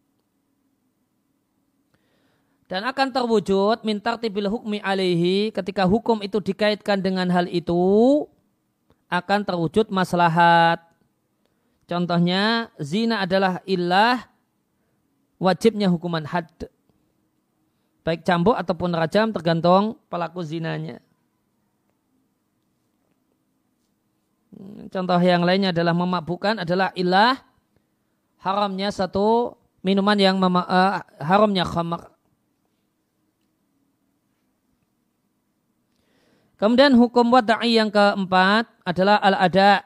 Dan akan terwujud min tartibil hukmi alaihi, ketika hukum itu dikaitkan dengan hal itu, akan terwujud maslahat. Contohnya, zina adalah illah, wajibnya hukuman had. Baik cambuk ataupun rajam tergantung pelaku zinanya. Contoh yang lainnya adalah memabukkan adalah illah, haramnya satu minuman yang haramnya khamar. Kemudian hukum wada'i yang keempat adalah al-ada.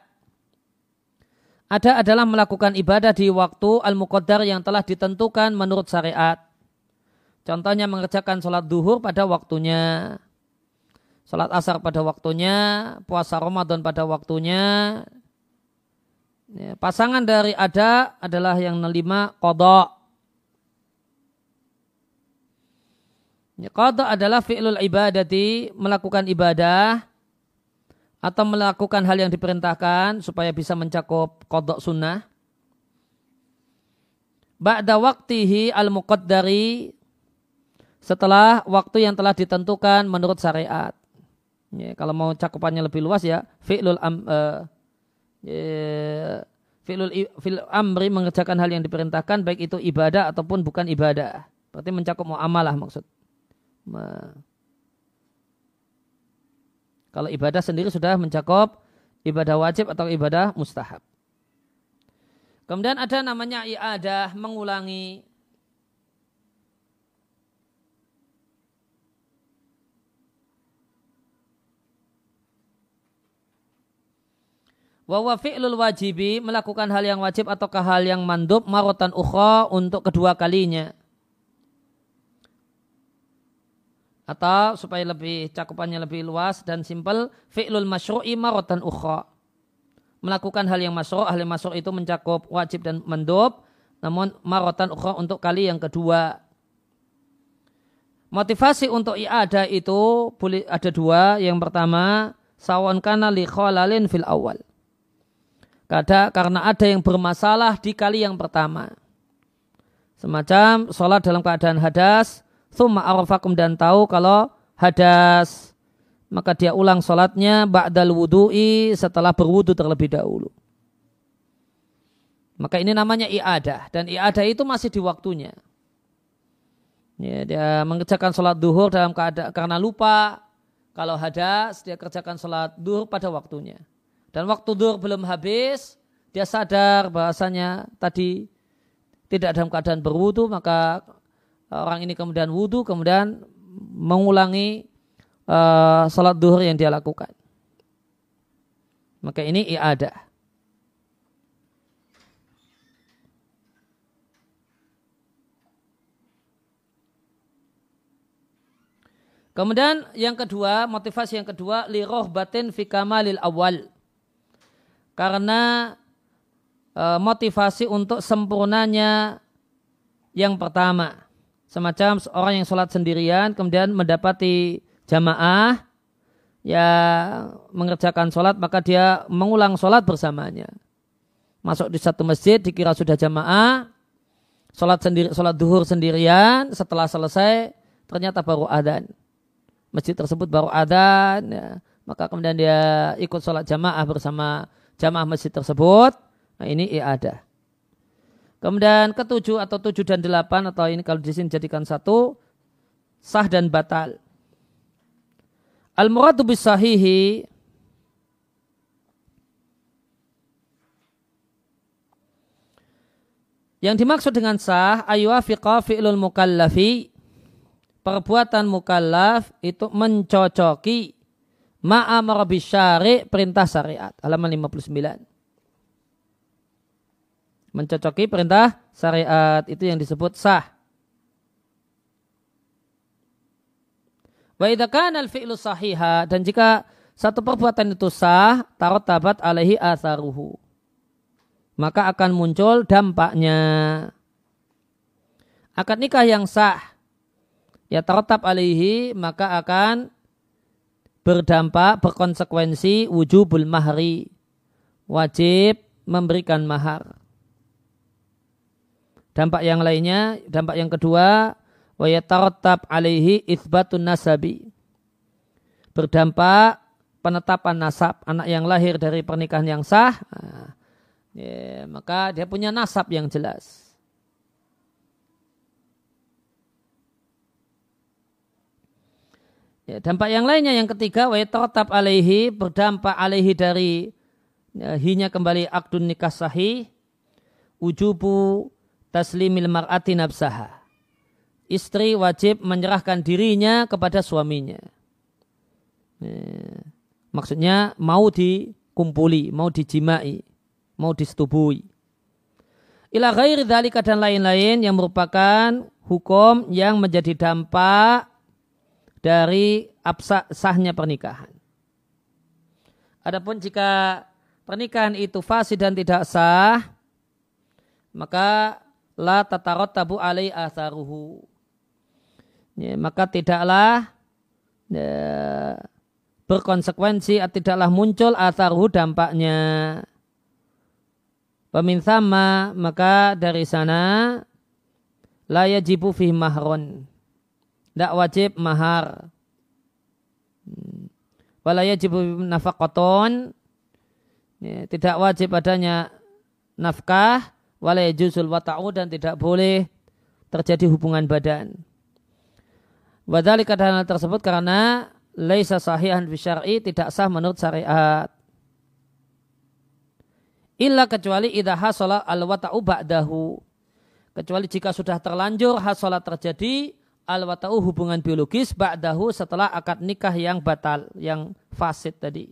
Ada adalah melakukan ibadah di waktu al-muqaddar yang telah ditentukan menurut syariat. Contohnya mengerjakan sholat duhur pada waktunya, sholat asar pada waktunya, puasa Ramadan pada waktunya. Ya, pasangan dari ada adalah yang kelima qadha. Ya, qadha adalah fi'lul ibadati, melakukan ibadah atau melakukan hal yang diperintahkan supaya bisa mencakup qadha sunnah. Ba'da waqtihi al-muqaddari, setelah waktu yang telah ditentukan menurut syariat. Ya, kalau mau cakupannya lebih luas ya, fi'lul amri, mengerjakan hal yang diperintahkan baik itu ibadah ataupun bukan ibadah. Berarti mencakup muamalah maksud. Kalau ibadah sendiri sudah mencakup ibadah wajib atau ibadah mustahab. Kemudian ada namanya i'adah, mengulangi. Wa fi'lul wajibi, melakukan hal yang wajib ataukah hal yang mandub maratan ukhra, untuk kedua kalinya. Atau supaya lebih cakupannya lebih luas dan simpel, fi'lul masyru'i maratan ukhra. Melakukan hal yang masyru', hal yang masyru' itu mencakup wajib dan mandub, namun maratan ukhra untuk kali yang kedua. Motivasi untuk i'adah itu boleh ada dua. Yang pertama, sawan kana li khalalin fil awal. Karena ada yang bermasalah di kali yang pertama. Semacam sholat dalam keadaan hadas, thumma arafakum, dan tahu kalau hadas, maka dia ulang sholatnya ba'dal wudu'i, setelah berwudu terlebih dahulu. Maka ini namanya i'adah, dan i'adah itu masih di waktunya. Ya, dia mengerjakan sholat duhur dalam keadaan karena lupa, kalau hadas dia kerjakan sholat duhur pada waktunya. Dan waktu duhur belum habis, dia sadar bahasanya tadi tidak dalam keadaan berwudu, maka orang ini kemudian wudu, kemudian mengulangi salat duhur yang dia lakukan. Maka ini i'adah. Kemudian yang kedua, motivasi yang kedua, li rohbatin fi kamalil awal. Karena motivasi untuk sempurnanya yang pertama. Semacam orang yang sholat sendirian kemudian mendapati jamaah yang mengerjakan sholat, maka dia mengulang sholat bersamanya. masuk di satu masjid dikira sudah jamaah, sholat duhur sendirian, setelah selesai ternyata baru adzan. Masjid tersebut baru adzan, ya, maka kemudian dia ikut sholat jamaah bersama jamaah masjid tersebut. Nah, ini i'adah. Kemudian ketujuh atau 7 dan 8 atau ini kalau di sini jadikan satu, sah dan batal. Al-muradu bis sahihi, yang dimaksud dengan sah ayuwafiqa fi'lul mukallafi, perbuatan mukallaf itu mencocoki ma'amara bisyari', perintah syariat. Halaman 59. Mencocoki perintah syariat itu yang disebut sah. Wa idza kana al-fi'lu sahiha, dan jika satu perbuatan itu sah, tarattabat alaihi atharuhu, maka akan muncul dampaknya. Akad nikah yang sah, ya tarattab alaihi, maka akan berdampak, berkonsekuensi wujubul mahri, wajib memberikan mahar. Dampak yang lainnya, dampak yang kedua, wa yatarattab alaihi itsbatun nasabi, berdampak penetapan nasab, anak yang lahir dari pernikahan yang sah, ya, maka dia punya nasab yang jelas. Ya, dampak yang lainnya yang ketiga, wa yatarattab alaihi, berdampak alaihi dari hinya kembali akdun nikah sahih, wujubu taslimil mar'ati nafsaha, istri wajib menyerahkan dirinya kepada suaminya. Maksudnya mau dikumpuli, mau dijimai, mau disetubui. Ila ghairi dzalika, dan lain-lain yang merupakan hukum yang menjadi dampak dari sahnya pernikahan. Adapun jika pernikahan itu fasid dan tidak sah, maka la tatarattabu alai atharuhu, ya, maka tidaklah berkonsekuensi, tidaklah muncul atharuhu, dampaknya. Pamin sama, maka dari sana la yajibu fi mahron, tidak wajib mahar. Wala yajibu nafaqaton, ya, tidak wajib adanya nafkah. Wala yajuzul wata'u, dan tidak boleh terjadi hubungan badan. Wadzalika, hal tersebut karena laisa sahihan fi syar'i, tidak sah menurut syariat. Illa, kecuali idza hasala al wata'u ba'dahu, kecuali jika sudah terlanjur hasala terjadi al wata'u, hubungan biologis, ba'dahu, setelah akad nikah yang batal, yang fasid tadi.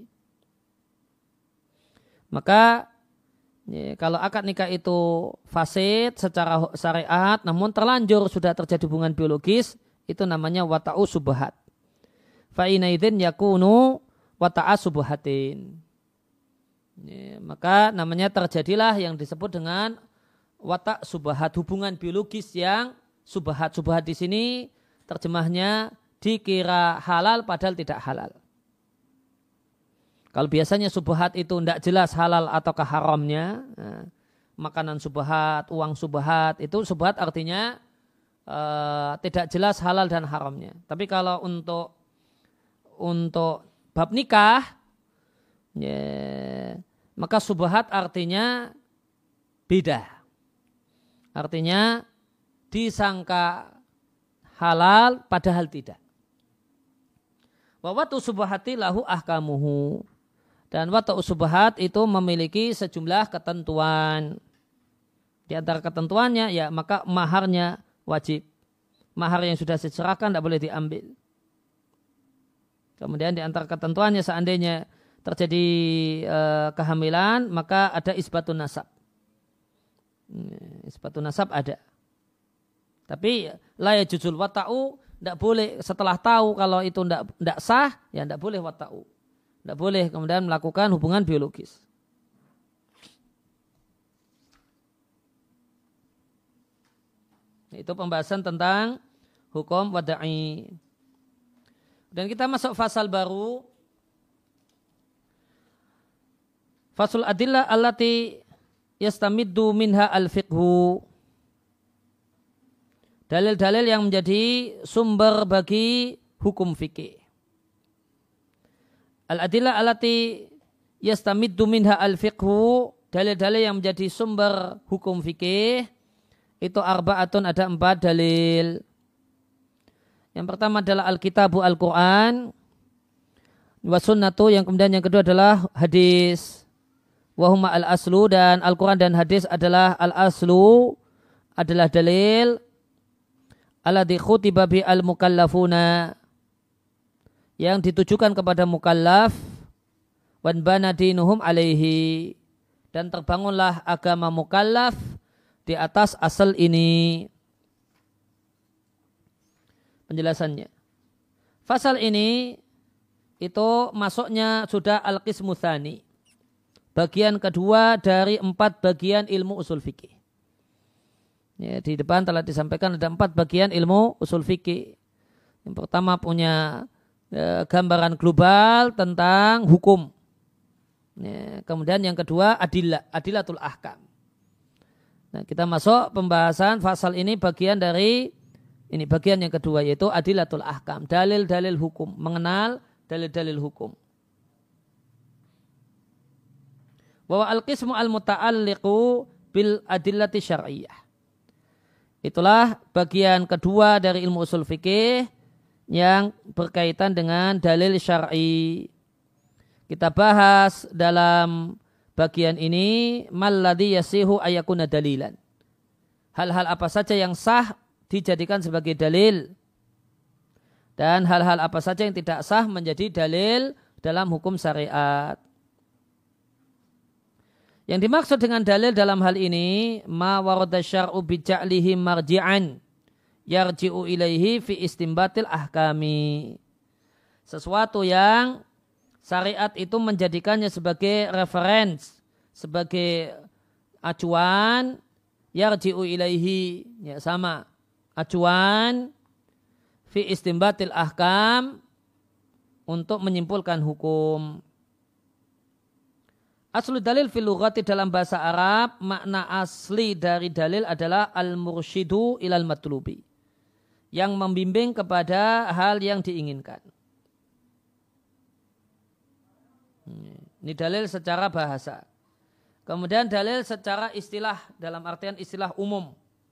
Maka ya, kalau akad nikah itu fasid secara syariat, namun terlanjur sudah terjadi hubungan biologis, itu namanya wata'u subhat. Fa'ina idzin yakunu wata'a subhatin. Ya, maka namanya terjadilah yang disebut dengan wata' subhat, hubungan biologis yang subhat. Subhat di sini terjemahnya dikira halal padahal tidak halal. Kalau biasanya subhat itu tidak jelas halal ataukah haramnya, nah, makanan subhat, uang subhat, itu subhat artinya tidak jelas halal dan haramnya. Tapi kalau untuk bab nikah, ya, maka subhat artinya beda. Artinya disangka halal padahal tidak. Wa watu subhati lahu ahkamuhu, dan wata'u subhat itu memiliki sejumlah ketentuan. Di antara ketentuannya, ya, maka maharnya wajib. Mahar yang sudah diserahkan tidak boleh diambil. Kemudian di antara ketentuannya, seandainya terjadi kehamilan, maka ada isbatun nasab. Isbatun nasab ada. Tapi la yajuzul wata'u, tidak boleh setelah tahu kalau itu tidak sah, ya tidak boleh wata'u. Tidak boleh kemudian melakukan hubungan biologis. Itu pembahasan tentang hukum wada'i. Dan kita masuk fasal baru. Fasul adillah allati yastamiddu minha al-fiqhu. Dalil-dalil yang menjadi sumber bagi hukum fikih. Al-adillah allati yastamiddu minha al-fiqhu, dalil-dalil yang menjadi sumber hukum fikih, itu arba'atun, ada 4 dalil. Yang pertama adalah al-kitabu al-Quran, wa sunnatu, yang kemudian yang kedua adalah hadis. Wahuma al-aslu, dan Al-Quran dan hadis adalah al-aslu, adalah dalil alladzi khutiba bi al-mukallafuna, yang ditujukan kepada mukallaf, wan bana dinuhum alaihi, dan terbangunlah agama mukallaf di atas asal ini. Penjelasannya, fasal ini itu masuknya sudah al-qismu tsani, bagian kedua dari 4 bagian ilmu usul fikih. Ya, di depan telah disampaikan ada 4 bagian ilmu usul fikih. Yang pertama punya gambaran global tentang hukum. Ya, kemudian yang kedua adillatul ahkam. Nah, kita masuk pembahasan fasal ini, bagian dari ini bagian yang kedua, yaitu adillatul ahkam, dalil-dalil hukum, mengenal dalil-dalil hukum. Bahwa al-qismu al-muta'alliqu bil adillati syar'iyyah. Itulah bagian kedua dari ilmu usul fikih yang berkaitan dengan dalil syar'i. Kita bahas dalam bagian ini malladzi yasihu ayakuna dalilan. Hal-hal apa saja yang sah dijadikan sebagai dalil, dan hal-hal apa saja yang tidak sah menjadi dalil dalam hukum syariat. Yang dimaksud dengan dalil dalam hal ini, ma warada syar'u bi ja'lihi marji'an yarji'u ilaihi fi istimbatil ahkami. Sesuatu yang syariat itu menjadikannya sebagai reference, sebagai acuan, yarji'u ilaihi, ya sama, acuan fi istimbatil ahkam, untuk menyimpulkan hukum. Aslu dalil fil lughati, dalam bahasa Arab, makna asli dari dalil adalah al-mursyidu ilal matlubi, yang membimbing kepada hal yang diinginkan. Ini dalil secara bahasa. Kemudian dalil secara istilah, dalam artian istilah umum.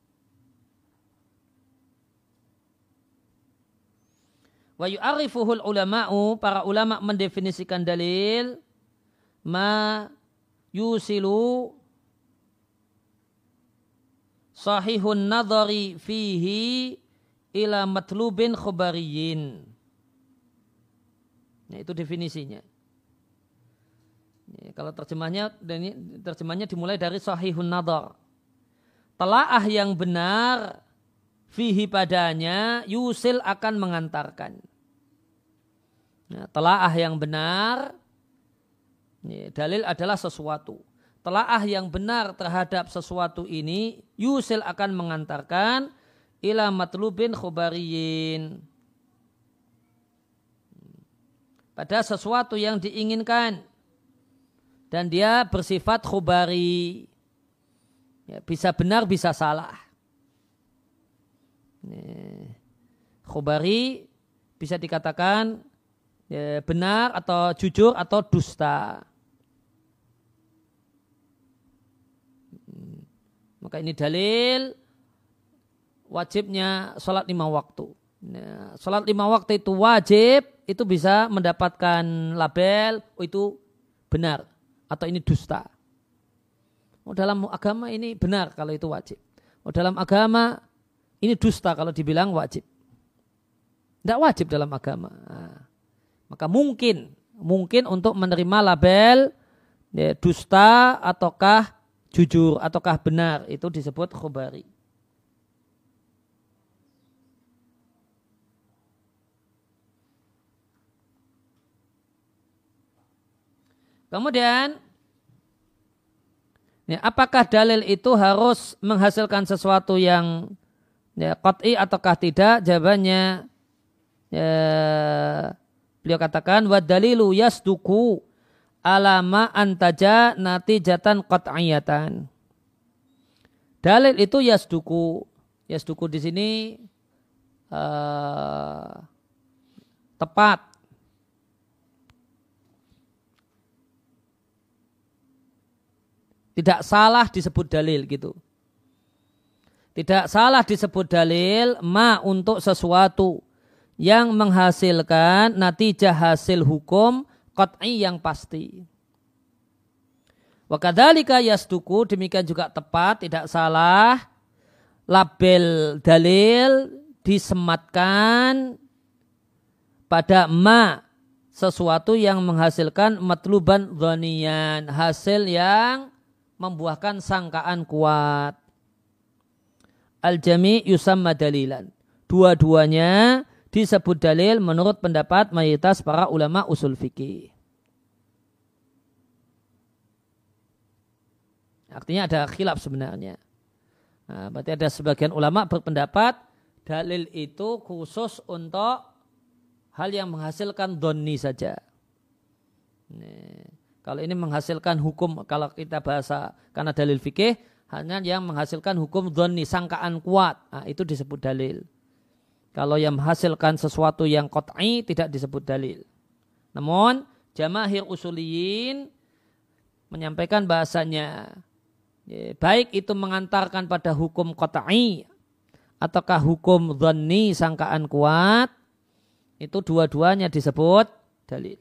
Wa yu'arifuhul ulama'u, para ulama mendefinisikan dalil, ma yusilu sahihun nadhari fihi ila matlubin khubariyin. Nah, itu definisinya. Ya, kalau terjemahnya dimulai dari sahihun nadhar. Telaah yang benar fihi padanya, yusil akan mengantarkan. Nah, telaah yang benar, dalil adalah sesuatu. Telaah yang benar terhadap sesuatu ini, yusil akan mengantarkan ila matlubin khubariyin, pada sesuatu yang diinginkan, dan dia bersifat khubari. Ya, bisa benar, bisa salah. Khubari bisa dikatakan ya, benar atau jujur atau dusta. Maka ini dalil wajibnya sholat 5 waktu. Nah, sholat 5 waktu itu wajib, itu bisa mendapatkan label, oh itu benar atau ini dusta. Oh, dalam agama ini benar kalau itu wajib. Oh, dalam agama ini dusta kalau dibilang wajib. Tidak wajib dalam agama. Nah, maka mungkin untuk menerima label ya, dusta ataukah jujur ataukah benar, itu disebut khubari. Kemudian, ya, apakah dalil itu harus menghasilkan sesuatu yang ya, qat'i ataukah tidak? Jawabannya, ya, beliau katakan wa dalilu yasduku alama antaja natijatan qat'iyatan. Dalil itu yasduku. Yasduku di sini tepat. Tidak salah disebut dalil gitu. Tidak salah disebut dalil ma untuk sesuatu yang menghasilkan natijah hasil hukum qat'i yang pasti. Wa kadzalika yasduku, demikian juga tepat, tidak salah label dalil disematkan pada ma sesuatu yang menghasilkan matluban dhaniyan, hasil yang membuahkan sangkaan kuat. Al-jami' yusamma dalilan. Dua-duanya disebut dalil menurut pendapat mayoritas para ulama usul fikih. Artinya ada khilaf sebenarnya. Nah, berarti ada sebagian ulama berpendapat dalil itu khusus untuk hal yang menghasilkan dhonni saja. Kalau ini menghasilkan hukum, kalau kita bahasa karena dalil fikih, hanya yang menghasilkan hukum dhonni, sangkaan kuat, nah, itu disebut dalil. Kalau yang menghasilkan sesuatu yang qat'i tidak disebut dalil. Namun jamaahir usuliyin menyampaikan bahasanya, baik itu mengantarkan pada hukum qat'i ataukah hukum dhonni, sangkaan kuat, itu dua-duanya disebut dalil.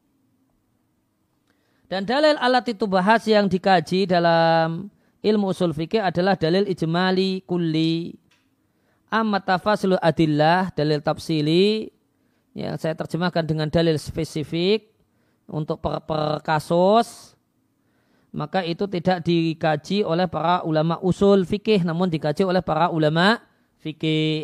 Dan dalil alat itu bahas yang dikaji dalam ilmu usul fikih adalah dalil ijmali kulli. Amma tafasilu adillah, dalil tafsili yang saya terjemahkan dengan dalil spesifik untuk per kasus, maka itu tidak dikaji oleh para ulama usul fikih, namun dikaji oleh para ulama fikih.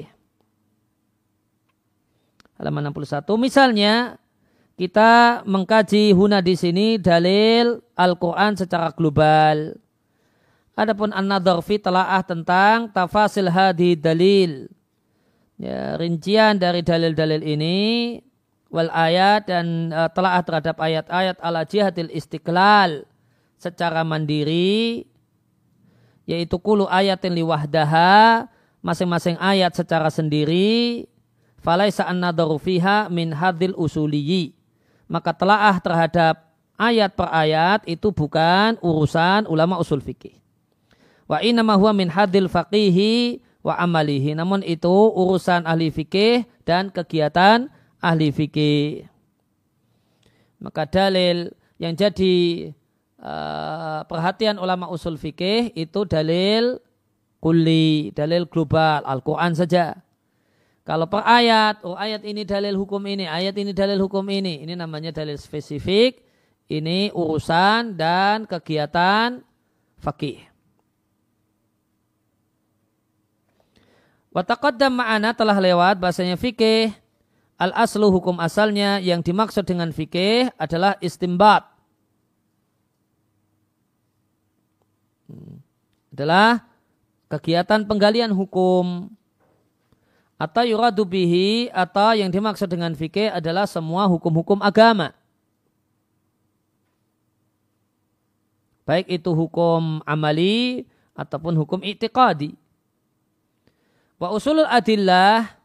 Halaman 61 misalnya kita mengkaji huna di sini dalil Al-Quran secara global. Adapun an-nadhar fi telaah tentang tafasil hadhi dalil. Ya, rincian dari dalil-dalil ini wal ayat dan telaah terhadap ayat-ayat ala jihatil istiqlal secara mandiri, yaitu kulu ayatin liwahdaha, masing-masing ayat secara sendiri, falaisa an-nadharu fiha min hadhil usuliyyi. Maka telaah terhadap ayat per ayat itu bukan urusan ulama usul fikih. Wa innama huwa min hadhil faqihi wa amalihi. Namun itu urusan ahli fikih dan kegiatan ahli fikih. Maka dalil yang jadi perhatian ulama usul fikih itu dalil kulli, dalil global, Al-Quran saja. Kalau per ayat, oh ayat ini dalil hukum ini, ayat ini dalil hukum ini namanya dalil spesifik, ini urusan dan kegiatan fikih. Wa taqaddam ma'ana, telah lewat bahasanya fikih, al-aslu hukum asalnya yang dimaksud dengan fikih adalah istimbat. Adalah kegiatan penggalian hukum. Atau yuradu bihi, atau yang dimaksud dengan fikih adalah semua hukum-hukum agama. Baik itu hukum amali ataupun hukum i'tiqadi. Wa usulul adillah,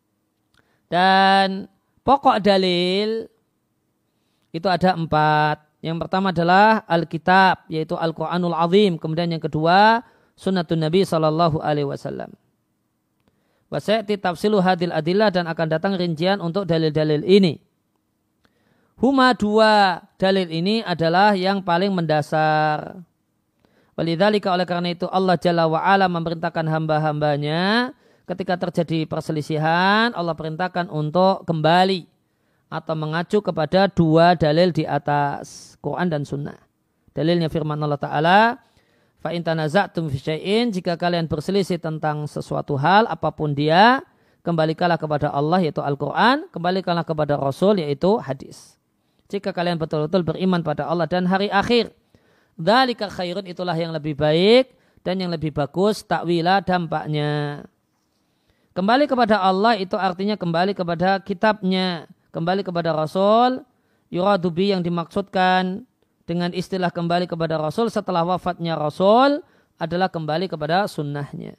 dan pokok dalil itu ada 4. Yang pertama adalah Alkitab, yaitu Al-Quranul Azim. Kemudian yang kedua Sunnatun Nabi SAW. Wasa'ti tafsilu hadil adillah, dan akan datang rincian untuk dalil-dalil ini. Huma, 2 dalil ini adalah yang paling mendasar. Walidzalika, oleh karena itu Allah Jalla wa'ala memerintahkan hamba-hambanya ketika terjadi perselisihan, Allah perintahkan untuk kembali atau mengacu kepada 2 dalil di atas, Quran dan Sunnah. Dalilnya firman Allah Ta'ala, fa in tanaza'tum fi syai'in, jika kalian berselisih tentang sesuatu hal apapun dia, kembalikanlah kepada Allah yaitu Al-Qur'an, kembalikanlah kepada Rasul yaitu hadis. Jika kalian betul-betul beriman pada Allah dan hari akhir, dzalika khairun, itulah yang lebih baik dan yang lebih bagus takwila dampaknya. Kembali kepada Allah itu artinya kembali kepada kitabnya, kembali kepada Rasul. Yuradu bi, yang dimaksudkan dengan istilah kembali kepada Rasul setelah wafatnya Rasul adalah kembali kepada sunnahnya.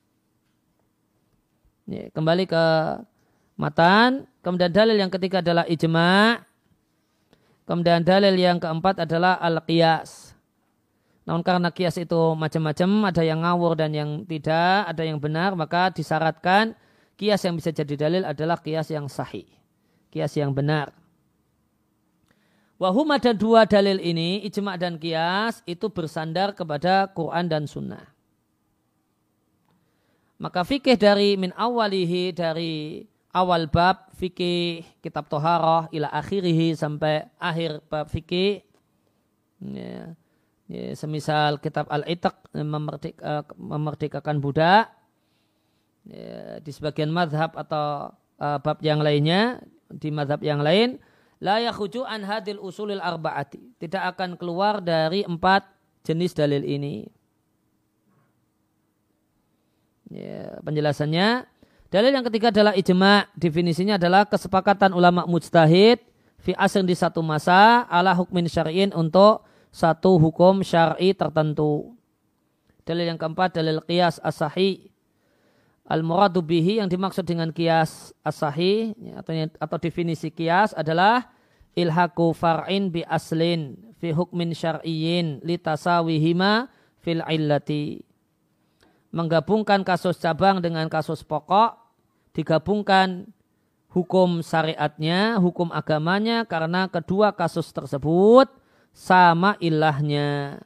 Ya, kembali ke matan. Kemudian dalil yang ketiga adalah ijma'. Kemudian dalil yang keempat adalah al-qiyas. Namun karena qiyas itu macam-macam, ada yang ngawur dan yang tidak, ada yang benar, maka disyaratkan qiyas yang bisa jadi dalil adalah qiyas yang sahih, qiyas yang benar. Wahum, ada dua dalil ini, ijma' dan qiyas, itu bersandar kepada Quran dan sunnah. Maka fikih dari min awalihi, dari awal bab fikih kitab Toharoh ila akhirihi, sampai akhir bab fikih, ya, semisal kitab Al-Itaq, memerdekakan budak, ya, di sebagian madhab atau bab yang lainnya, di madhab yang lain, la yakhuju an hadil usulil arba'ati, tidak akan keluar dari 4 jenis dalil ini. Ya, penjelasannya, dalil yang ketiga adalah ijma'. Definisinya adalah kesepakatan ulama mujtahid fi asrin, di satu masa, ala hukmin syar'in, untuk satu hukum syar'i tertentu. Dalil yang keempat, dalil qiyas as-sahih. Al-muradu bihi, yang dimaksud dengan qiyas as-sahih, atau definisi qiyas adalah ilhaku far'in bi aslin fi hukmin syar'iyyin litasawihima fil illati. Menggabungkan kasus cabang dengan kasus pokok, digabungkan hukum syariatnya, hukum agamanya, karena kedua kasus tersebut sama ilahnya.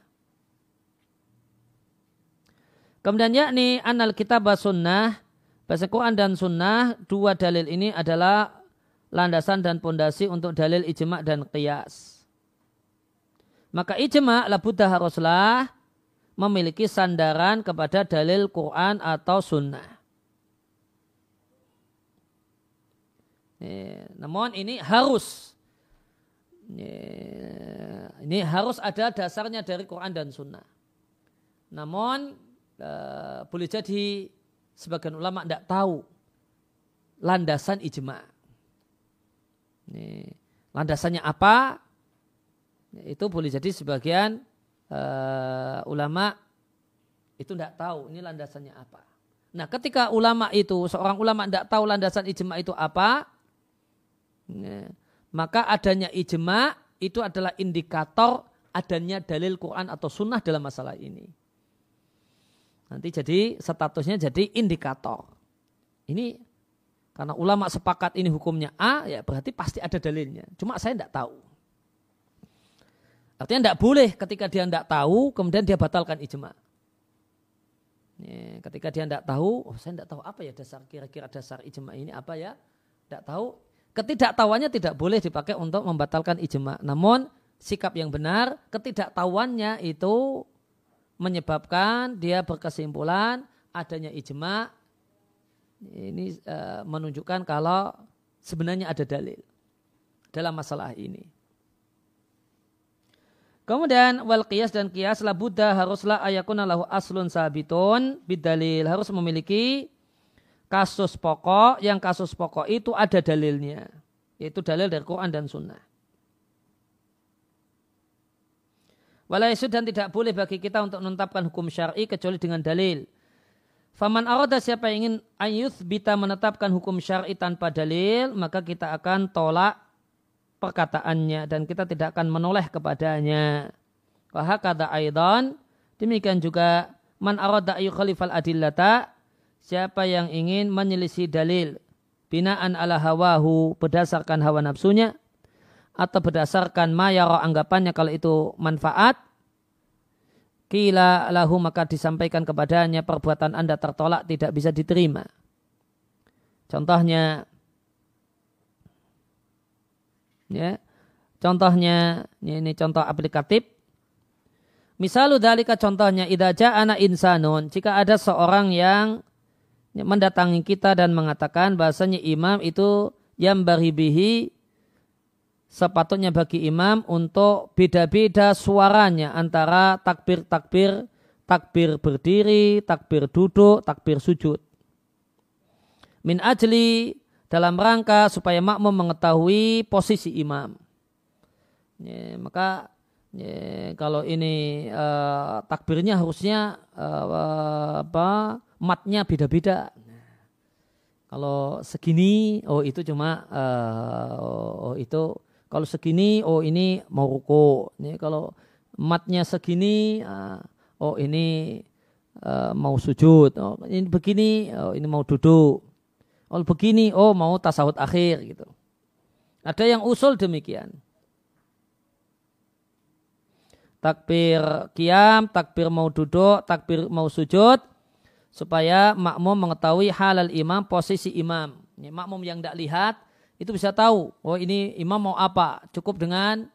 Kemudian yakni anal kitab wa sunnah, bahasa Quran dan sunnah, dua dalil ini adalah landasan dan pondasi untuk dalil ijma' dan qiyas. Maka ijma' labudda haruslah memiliki sandaran kepada dalil Quran atau sunnah. Namun ini harus ada dasarnya dari Quran dan sunnah. Namun boleh jadi sebagian ulama tidak tahu landasan ijma'. Landasannya apa? Itu boleh jadi sebagian ulama itu tidak tahu ini landasannya apa. Nah, ketika seorang ulama tidak tahu landasan ijma' itu apa, maka adanya ijma' itu adalah indikator adanya dalil Quran atau sunnah dalam masalah ini. Nanti jadi statusnya jadi indikator. Ini karena ulama sepakat ini hukumnya A, ya berarti pasti ada dalilnya. Cuma saya tidak tahu. Artinya tidak boleh ketika dia tidak tahu, kemudian dia batalkan ijma'. Ketika dia tidak tahu, saya tidak tahu apa ya dasar, kira-kira dasar ijma' ini apa ya, tidak tahu. Ketidaktahuannya tidak boleh dipakai untuk membatalkan ijma'. Namun sikap yang benar, ketidaktahuannya itu menyebabkan dia berkesimpulan adanya ijma'. Ini menunjukkan kalau sebenarnya ada dalil dalam masalah ini. Kemudian wal qiyas dan qiyas labudda haruslah ayakuna lahu aslun sabitun bidalil, harus memiliki kasus pokok, yang kasus pokok itu ada dalilnya, yaitu dalil dari Quran dan sunnah. Walaisu, dan tidak boleh bagi kita untuk menetapkan hukum syar'i kecuali dengan dalil. Faman arada, siapa yang ingin ayuthbita, menetapkan hukum syar'i tanpa dalil, maka kita akan tolak perkataannya dan kita tidak akan menoleh kepadanya. Wa hakadha aidan, demikian juga man arada ayyukhalifal adillata, siapa yang ingin menyelisih dalil binaan ala hawahu, berdasarkan hawa nafsunya atau berdasarkan mayara, anggapannya kalau itu manfaat, qila lahu, maka disampaikan kepadanya perbuatan Anda tertolak, tidak bisa diterima. Contohnya ini contoh aplikatif. Misalu dzalika, contohnya, idza ja'ana insanun, jika ada seorang yang mendatangi kita dan mengatakan bahasanya imam itu yambaghi bihi, sepatutnya bagi imam untuk beda-beda suaranya antara takbir berdiri, takbir duduk, takbir sujud. Min ajli, dalam rangka supaya makmum mengetahui posisi imam. Ya, maka Kalau ini takbirnya harusnya matnya beda-beda. Kalau segini, itu cuma itu. Kalau segini, ini mau ruku. Kalau matnya segini, ini mau sujud. Ini begini, ini mau duduk. Kalau begini, mau tasawuf akhir gitu. Ada yang usul demikian. Takbir qiyam, takbir mau duduk, takbir mau sujud, supaya makmum mengetahui halal imam, posisi imam. Makmum yang tidak lihat itu bisa tahu, ini imam mau apa. Cukup dengan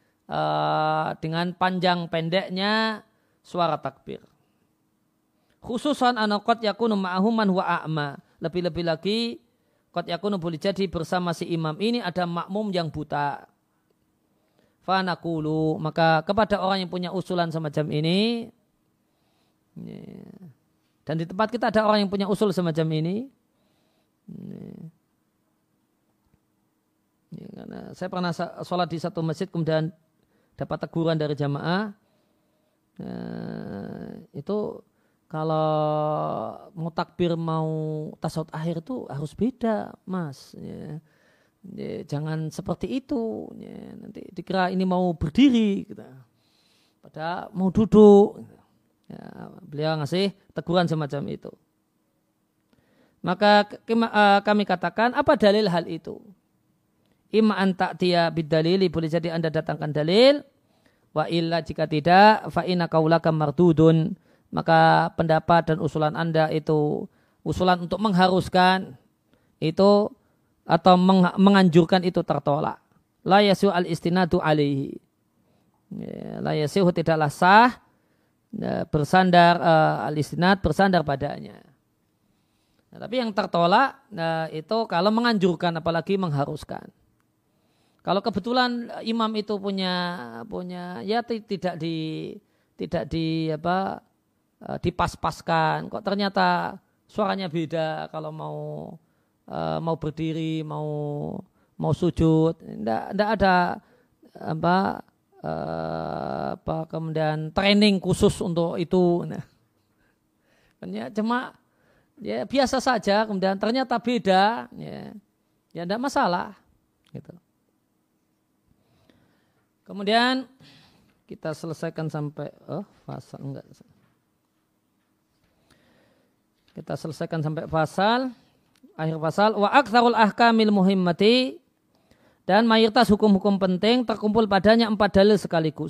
panjang pendeknya suara takbir. Khususan anaqad yakunu ma'ahu man huwa a'ma. Lebih-lebih lagi qad yakunu boleh jadi bersama si imam ini ada makmum yang buta. Fanaqulu, maka kepada orang yang punya usulan semacam ini, dan di tempat kita ada orang yang punya usul semacam ini, karena saya pernah sholat di satu masjid kemudian dapat teguran dari jamaah, itu kalau mau takbir mau tasawuf akhir itu harus beda, Mas. Jangan seperti itu. Nanti dikira ini mau berdiri, padahal mau duduk. Beliau ngasih teguran semacam itu. Maka kami katakan, apa dalil hal itu? Imma an ta'tiya bid-dalili, boleh jadi Anda datangkan dalil. Wa illa, jika tidak, fa inna qaulaka mardudun, maka pendapat dan usulan Anda itu usulan untuk mengharuskan itu atau menganjurkan itu tertolak. La yasihu al-istinadu alaihi. La yasihu, tidaklah sah bersandar al-istinad, bersandar padanya. Tapi yang tertolak itu kalau menganjurkan, apalagi mengharuskan. Kalau kebetulan imam itu punya ya tidak dipas-paskan, kok ternyata suaranya beda kalau mau berdiri, mau sujud, enggak ada kemudian training khusus untuk itu. Nah, cuma biasa saja, kemudian ternyata beda, ya enggak masalah, gitu. Kemudian kita selesaikan sampai fasal enggak? Kita selesaikan sampai fasal. Akhir pasal, wa aktsarul ahkamil muhimmati, dan mayoritas hukum-hukum penting terkumpul padanya 4 dalil sekaligus.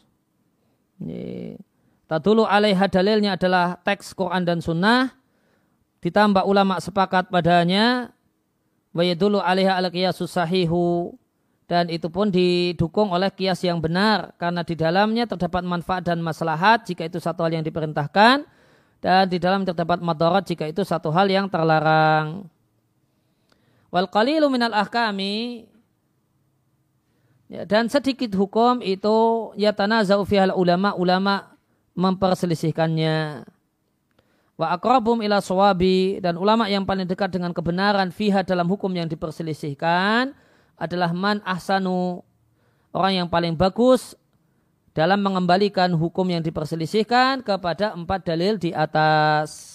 Tadulu alaiha, dalilnya adalah teks Quran dan Sunnah, ditambah ulama sepakat padanya, wa yadulu alaiha al-qiyasus sahihu, dan itu pun didukung oleh kias yang benar, karena di dalamnya terdapat manfaat dan maslahat jika itu satu hal yang diperintahkan, dan di dalam terdapat madarat jika itu satu hal yang terlarang. Wal qalilu minal ahkami, dan sedikit hukum itu yatanaza'u fihal ulama memperselisihkannya. Wa aqrabum ila shawabi, dan ulama yang paling dekat dengan kebenaran fiha, dalam hukum yang diperselisihkan, adalah man ahsanu, orang yang paling bagus dalam mengembalikan hukum yang diperselisihkan kepada 4 dalil di atas.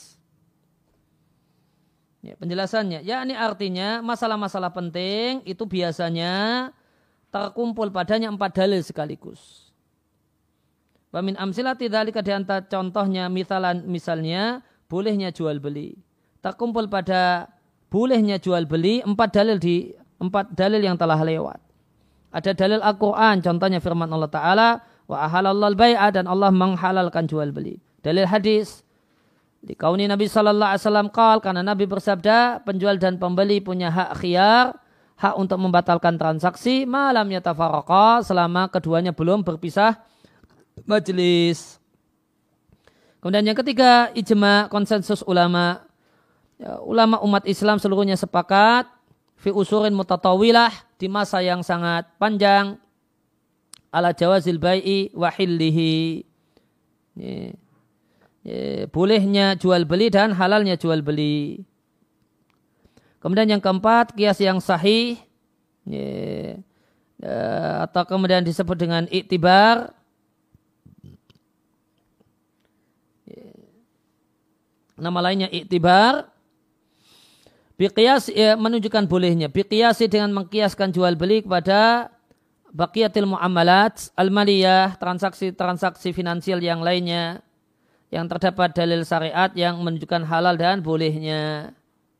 Penjelasannya, yakni artinya masalah-masalah penting itu biasanya terkumpul padanya 4 dalil sekaligus. Wa min amsilati dzalika, di antara contohnya misalnya bolehnya jual beli. Terkumpul pada bolehnya jual beli 4 dalil yang telah lewat. Ada dalil Al-Quran, contohnya firman Allah Ta'ala, wa ahalallahul bai'a, dan Allah menghalalkan jual beli. Dalil hadis, di kauni Nabi sallallahu alaihi wasallam qala, karena Nabi bersabda, penjual dan pembeli punya hak khiyar, hak untuk membatalkan transaksi malam yatafarraqa, selama keduanya belum berpisah majelis. Kemudian yang ketiga, ijma, konsensus ulama. Ulama umat Islam seluruhnya sepakat fi usurin mutatawilah, di masa yang sangat panjang, ala jawazil bai'i wa hillihi, bolehnya jual beli dan halalnya jual beli. Kemudian yang keempat, qiyas yang sahih, atau kemudian disebut dengan iktibar, Nama lainnya iktibar. Biqiyas menunjukkan bolehnya. Biqiyasi dengan mengkiaskan jual beli kepada baqiyatil muamalat al-maliyah, transaksi-transaksi finansial yang lainnya yang terdapat dalil syariat yang menunjukkan halal dan bolehnya.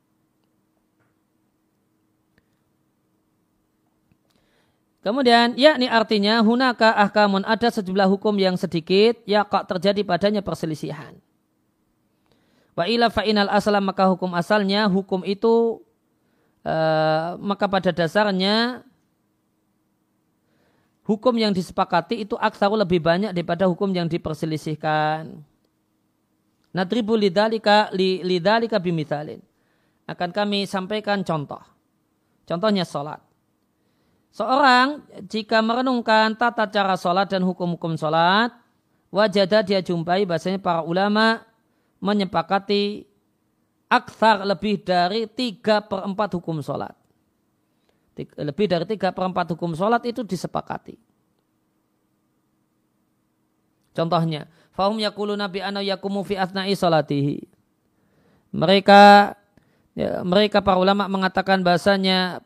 Kemudian yakni artinya hunaka ahkamun, ada sejumlah hukum yang sedikit yaqa terjadi padanya perselisihan. Wa ila fa'inal aslam, maka hukum asalnya, hukum itu maka pada dasarnya hukum yang disepakati itu aksaru lebih banyak daripada hukum yang diperselisihkan. Nadribu lidhalika bimithalin. Akan kami sampaikan contoh. Contohnya sholat. Seorang jika merenungkan tata cara sholat dan hukum-hukum sholat, wajadah dia jumpai bahasanya para ulama menyepakati aktsar lebih dari 3/4 hukum sholat. Lebih dari 3/4 hukum sholat itu disepakati. Contohnya, fahum yaquluna bi anna yaqumu fi athna'i sholatihi. Mereka para ulama mengatakan bahasanya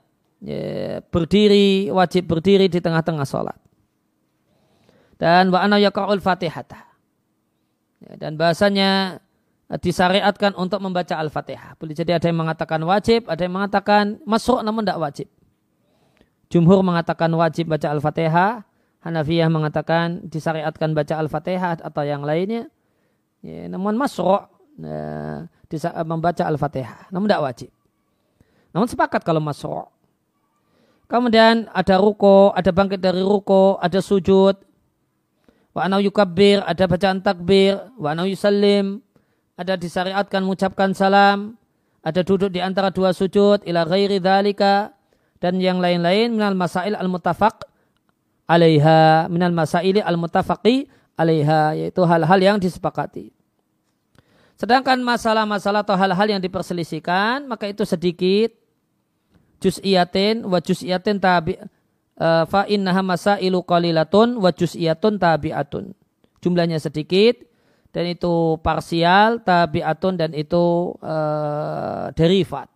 wajib berdiri di tengah-tengah sholat. Dan wa anna yaqra'ul fatihata. Dan bahasanya disyariatkan untuk membaca Al-Fatihah. Boleh jadi ada yang mengatakan wajib, ada yang mengatakan masru' namun tidak wajib. Jumhur mengatakan wajib baca Al-Fatihah, Hanafiyah mengatakan disyariatkan baca Al-Fatihah atau yang lainnya. Ya, namun masru' membaca Al-Fatihah, namun tidak wajib. Namun sepakat kalau masru'. Kemudian ada ruko, ada bangkit dari ruko, ada sujud. Wa anau yukabbir, ada bacaan takbir. Wa anau yusallim, ada disyariatkan mengucapkan salam, ada duduk di antara dua sujud, ila ghairi dzalika, dan yang lain-lain minal masail al-muttafaq alaiha, minal masaili al-muttafaqi alaiha, yaitu hal-hal yang disepakati. Sedangkan masalah-masalah atau hal-hal yang diperselisihkan, maka itu sedikit, juz'iyatin wa juz'iyatin fa innaha masailu qalilatun wa juz'iyatun tabi'atun. Jumlahnya sedikit, dan itu parsial, tabi'atun, dan itu derivat.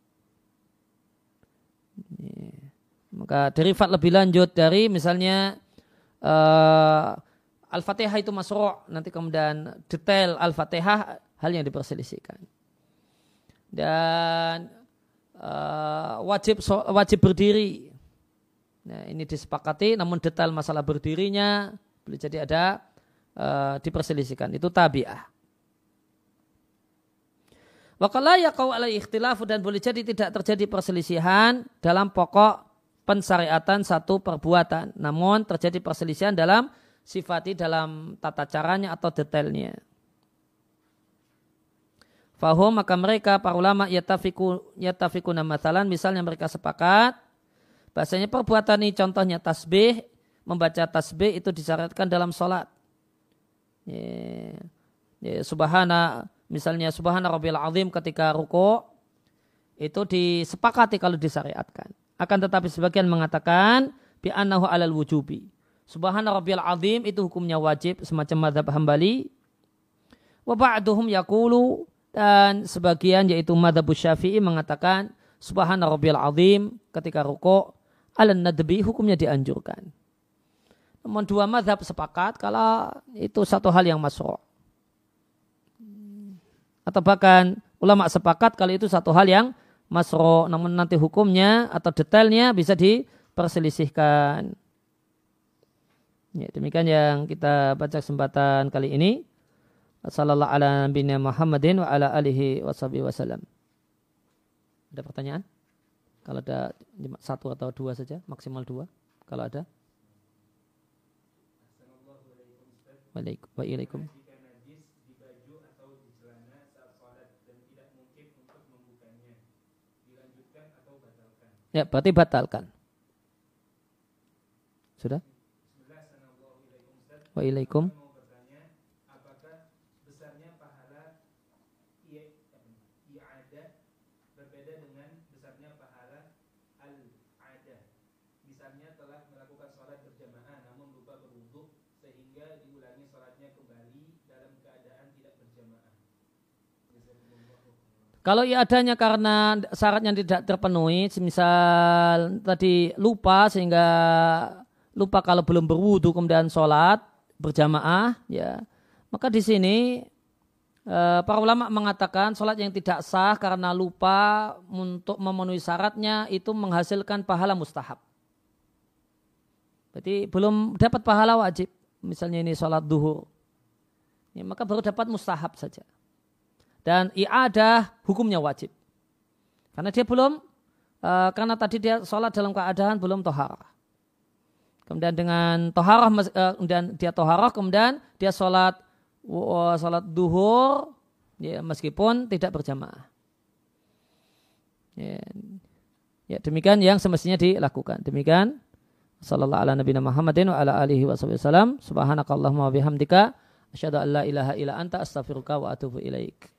Maka derivat lebih lanjut dari misalnya Al-Fatihah itu masru', nanti kemudian detail Al-Fatihah hal yang diperselisihkan. Dan wajib berdiri. Nah, ini disepakati, namun detail masalah berdirinya boleh jadi ada diperselisihkan, itu tabi'ah. Wa qala yaqau ala ikhtilaf, dan boleh jadi tidak terjadi perselisihan dalam pokok pensyariatan satu perbuatan, namun terjadi perselisihan dalam sifati, dalam tata caranya atau detailnya. Fahum, maka mereka para ulama yatafikuna mathalan, misalnya mereka sepakat bahasanya perbuatan ini contohnya tasbih, membaca tasbih itu disyariatkan dalam sholat. Misalnya subhana rabbil azim ketika ruku itu disepakati kalau disyariatkan. Akan tetapi sebagian mengatakan bi annahu alal wujubi. Subhana rabbil azim itu hukumnya wajib, semacam mazhab Hambali. Wa ba'duhum yaqulu, dan sebagian yaitu mazhab Syafi'i mengatakan subhana rabbil azim ketika ruku alan nadbi, hukumnya dianjurkan. Namun dua mazhab sepakat kalau itu satu hal yang masru'. Atau bahkan ulama sepakat kalau itu satu hal yang masru', namun nanti hukumnya atau detailnya bisa diperselisihkan. Ya, demikian yang kita baca kesempatan kali ini. Sallallahu ala nabiyina Muhammadin wa ala alihi washabihi wasallam. Ada pertanyaan? Kalau ada satu atau dua saja, maksimal dua. Kalau ada. Waalaikum. Jika najis di baju atau di celana saat sholat dan tidak mungkin untuk membukanya, dilanjutkan atau batalkan? Ya, berarti batalkan. Sudah? Waalaikum. Mau bertanya, apakah besarnya pahala i'adah berbeda dengan besarnya pahala al-adah? Misalnya telah melakukan sholat berjamaah namun lupa berwudu sehingga diulangi sholatnya kembali dalam keadaan tidak berjamaah. Kalau i'adahnya karena syaratnya tidak terpenuhi, misal tadi lupa sehingga lupa kalau belum berwudu kemudian sholat berjamaah, ya maka di sini para ulama mengatakan sholat yang tidak sah karena lupa untuk memenuhi syaratnya itu menghasilkan pahala mustahab. Berarti belum dapat pahala wajib. Misalnya ini sholat duhur, ya, maka baru dapat mustahab saja. Dan i'adah hukumnya wajib. Karena dia belum, karena tadi dia sholat dalam keadaan belum toharah. Kemudian dengan toharah, dan dia toharah, kemudian dia sholat duhur, ya, meskipun tidak berjamaah. Ya, demikian yang semestinya dilakukan. Demikian. Sallallahu ala nabiyina Muhammadin wa ala alihi wa sallam. Subhanakallahumma wa bihamdika asyhadu an la ilaha illa anta astaghfiruka wa atubu ilaik.